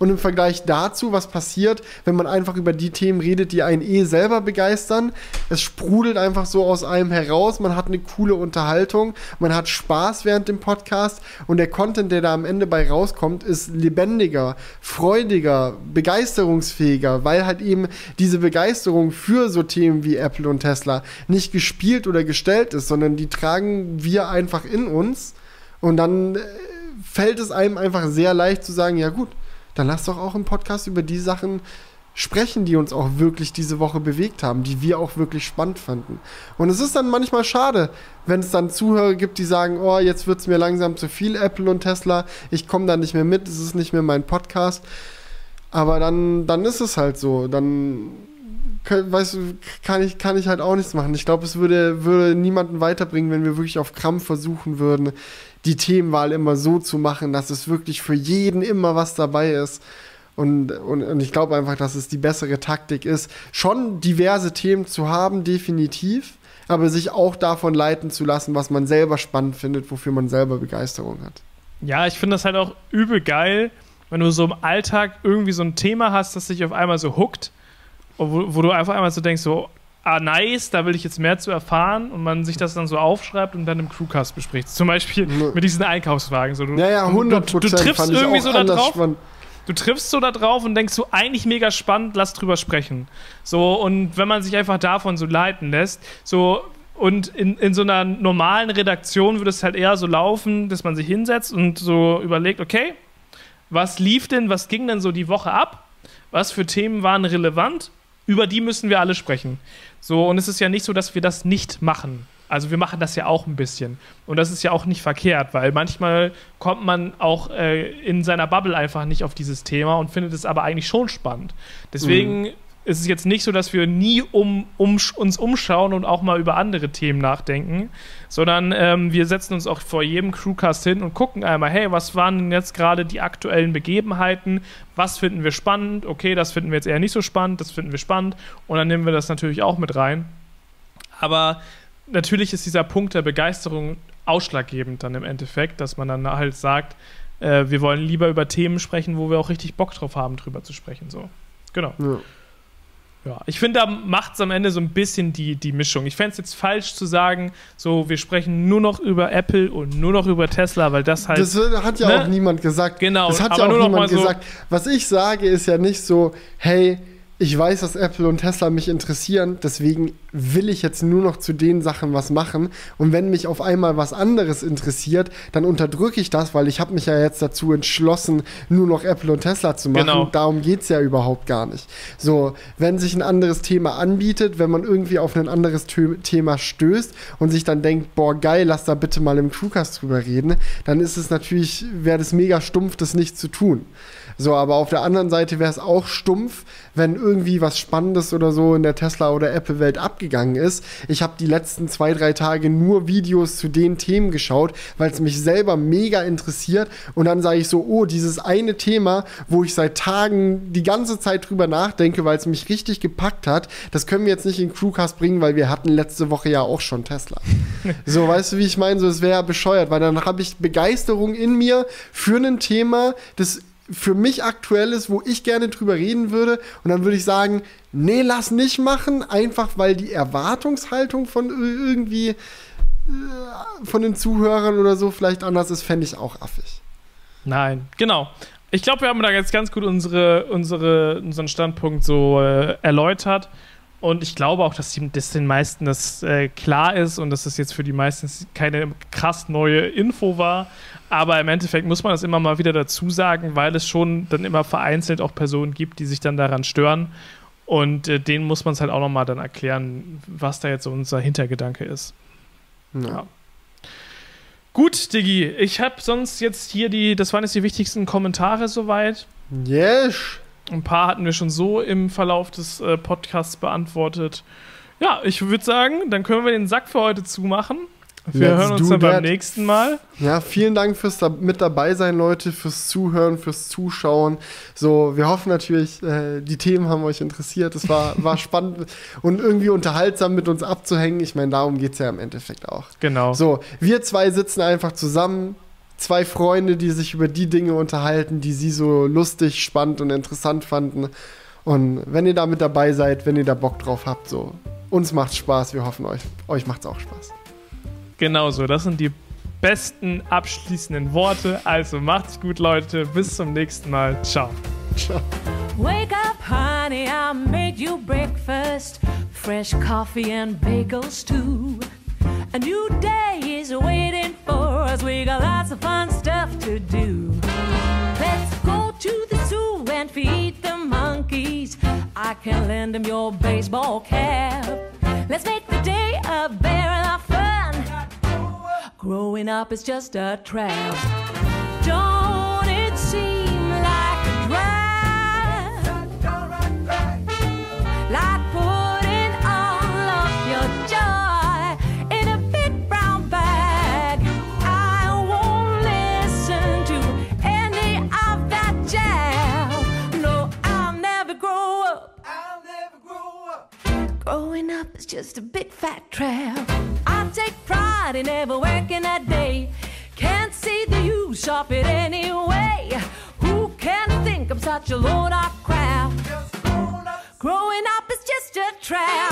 Und im Vergleich dazu, was passiert, wenn man einfach über die Themen redet, die einen eh selber begeistern. Es sprudelt einfach so aus einem heraus. Man hat eine coole Unterhaltung. Man hat Spaß während dem Podcast. Und der Content, der da am Ende bei rauskommt, ist lebendiger, freudiger, begeisterungsfähiger, weil halt eben diese Begeisterung für so Themen wie Apple und Tesla nicht gespielt oder gestellt ist, sondern die tragen wir einfach in uns. Und dann fällt es einem einfach sehr leicht zu sagen, ja gut, dann lass doch auch im Podcast über die Sachen sprechen, die uns auch wirklich diese Woche bewegt haben, die wir auch wirklich spannend fanden. Und es ist dann manchmal schade, wenn es dann Zuhörer gibt, die sagen, oh, jetzt wird es mir langsam zu viel Apple und Tesla, ich komme da nicht mehr mit, es ist nicht mehr mein Podcast. Aber dann, dann ist es halt so, dann weißt du, kann ich, kann ich halt auch nichts machen. Ich glaube, es würde, würde niemanden weiterbringen, wenn wir wirklich auf Krampf versuchen würden, die Themenwahl immer so zu machen, dass es wirklich für jeden immer was dabei ist. Und, und, und ich glaube einfach, dass es die bessere Taktik ist, schon diverse Themen zu haben, definitiv, aber sich auch davon leiten zu lassen, was man selber spannend findet, wofür man selber Begeisterung hat. Ja, ich finde das halt auch übel geil, wenn du so im Alltag irgendwie so ein Thema hast, das dich auf einmal so hookt, wo, wo du einfach einmal so denkst, so, ah, nice, da will ich jetzt mehr zu erfahren und man sich das dann so aufschreibt und dann im Crewcast bespricht. Zum Beispiel Mhm. mit diesen Einkaufswagen. So, du, Ja, ja, hundert du, du, Prozent du triffst fand ich irgendwie auch so da anders drauf. spannend. Du triffst so da drauf und denkst so, eigentlich mega spannend, lass drüber sprechen. So, und wenn man sich einfach davon so leiten lässt, so, und in, in so einer normalen Redaktion würde es halt eher so laufen, dass man sich hinsetzt und so überlegt, okay, was lief denn, was ging denn so die Woche ab? Was für Themen waren relevant? Über die müssen wir alle sprechen. So, und es ist ja nicht so, dass wir das nicht machen. Also wir machen das ja auch ein bisschen. Und das ist ja auch nicht verkehrt, weil manchmal kommt man auch äh, in seiner Bubble einfach nicht auf dieses Thema und findet es aber eigentlich schon spannend. Deswegen mhm. ist es jetzt nicht so, dass wir nie um, um, uns umschauen und auch mal über andere Themen nachdenken, sondern ähm, wir setzen uns auch vor jedem Crewcast hin und gucken einmal, hey, was waren denn jetzt gerade die aktuellen Begebenheiten? Was finden wir spannend? Okay, das finden wir jetzt eher nicht so spannend, das finden wir spannend. Und dann nehmen wir das natürlich auch mit rein. Aber natürlich ist dieser Punkt der Begeisterung ausschlaggebend dann im Endeffekt, dass man dann halt sagt, äh, wir wollen lieber über Themen sprechen, wo wir auch richtig Bock drauf haben, drüber zu sprechen. So. Genau. Ja. Ja, ich finde, da macht es am Ende so ein bisschen die, die Mischung. Ich fände es jetzt falsch zu sagen, so, wir sprechen nur noch über Apple und nur noch über Tesla, weil das halt... Das hat ja ne? auch niemand gesagt. Genau, das hat aber ja auch nur noch niemand mal so gesagt. Was ich sage, ist ja nicht so, hey, ich weiß, dass Apple und Tesla mich interessieren, deswegen will ich jetzt nur noch zu den Sachen was machen. Und wenn mich auf einmal was anderes interessiert, dann unterdrücke ich das, weil ich habe mich ja jetzt dazu entschlossen, nur noch Apple und Tesla zu machen. Genau. Darum geht es ja überhaupt gar nicht. So, wenn sich ein anderes Thema anbietet, wenn man irgendwie auf ein anderes Thö- Thema stößt und sich dann denkt, boah, geil, lass da bitte mal im Crewcast drüber reden, dann ist es natürlich, wäre das mega stumpf, das nicht zu tun. So, aber auf der anderen Seite wäre es auch stumpf, wenn irgendwie was Spannendes oder so in der Tesla- oder Apple-Welt abgegangen ist. Ich habe die letzten zwei, drei Tage nur Videos zu den Themen geschaut, weil es mich selber mega interessiert. Und dann sage ich so, oh, dieses eine Thema, wo ich seit Tagen die ganze Zeit drüber nachdenke, weil es mich richtig gepackt hat, das können wir jetzt nicht in Crewcast bringen, weil wir hatten letzte Woche ja auch schon Tesla. So, weißt du, wie ich meine? So, es wäre ja bescheuert, weil dann habe ich Begeisterung in mir für ein Thema, das für mich aktuell ist, wo ich gerne drüber reden würde. Und dann würde ich sagen, nee, lass nicht machen, einfach weil die Erwartungshaltung von irgendwie äh, von den Zuhörern oder so vielleicht anders ist, fände ich auch affig. Nein, genau. Ich glaube, wir haben da jetzt ganz gut unsere, unsere, unseren Standpunkt so äh, erläutert. Und ich glaube auch, dass, die, dass den meisten das äh, klar ist und dass das jetzt für die meisten keine krass neue Info war. Aber im Endeffekt muss man das immer mal wieder dazu sagen, weil es schon dann immer vereinzelt auch Personen gibt, die sich dann daran stören. Und äh, denen muss man es halt auch nochmal dann erklären, was da jetzt so unser Hintergedanke ist. Ja. Ja. Gut, Diggi, ich habe sonst jetzt hier die, das waren jetzt die wichtigsten Kommentare soweit. Yes! Ein paar hatten wir schon so im Verlauf des äh, Podcasts beantwortet. Ja, ich würde sagen, dann können wir den Sack für heute zumachen. Wir Let's hören uns do dann beim that. nächsten Mal. Ja, vielen Dank fürs da mit dabei sein, Leute, fürs Zuhören, fürs Zuschauen. So, wir hoffen natürlich, äh, die Themen haben euch interessiert. Es war, war spannend und irgendwie unterhaltsam mit uns abzuhängen. Ich meine, darum geht es ja im Endeffekt auch. Genau. So, wir zwei sitzen einfach zusammen, zwei Freunde, die sich über die Dinge unterhalten, die sie so lustig, spannend und interessant fanden. Und wenn ihr da mit dabei seid, wenn ihr da Bock drauf habt, so, uns macht's Spaß, wir hoffen, euch, euch macht's auch Spaß. Genau so, das sind die besten abschließenden Worte. Also macht's gut, Leute, bis zum nächsten Mal. Ciao. Ciao. Wake up, honey, I made you breakfast. Fresh coffee and bagels too. A new day is waiting for us. We got lots of fun stuff to do. Let's go to the zoo and feed the monkeys. I can lend them your baseball cap. Let's make the day a bear of fun. Growing up is just a trap. Don't it seem like a drag? Like putting all of your joy in a big brown bag. I won't listen to any of that jazz. No, I'll never grow up. I'll never grow up. Growing up is just a big fat trap. I take pride in never working a day. Can't see the use of it anyway. Who can think I'm such a load of crap? Growing up is just a trap.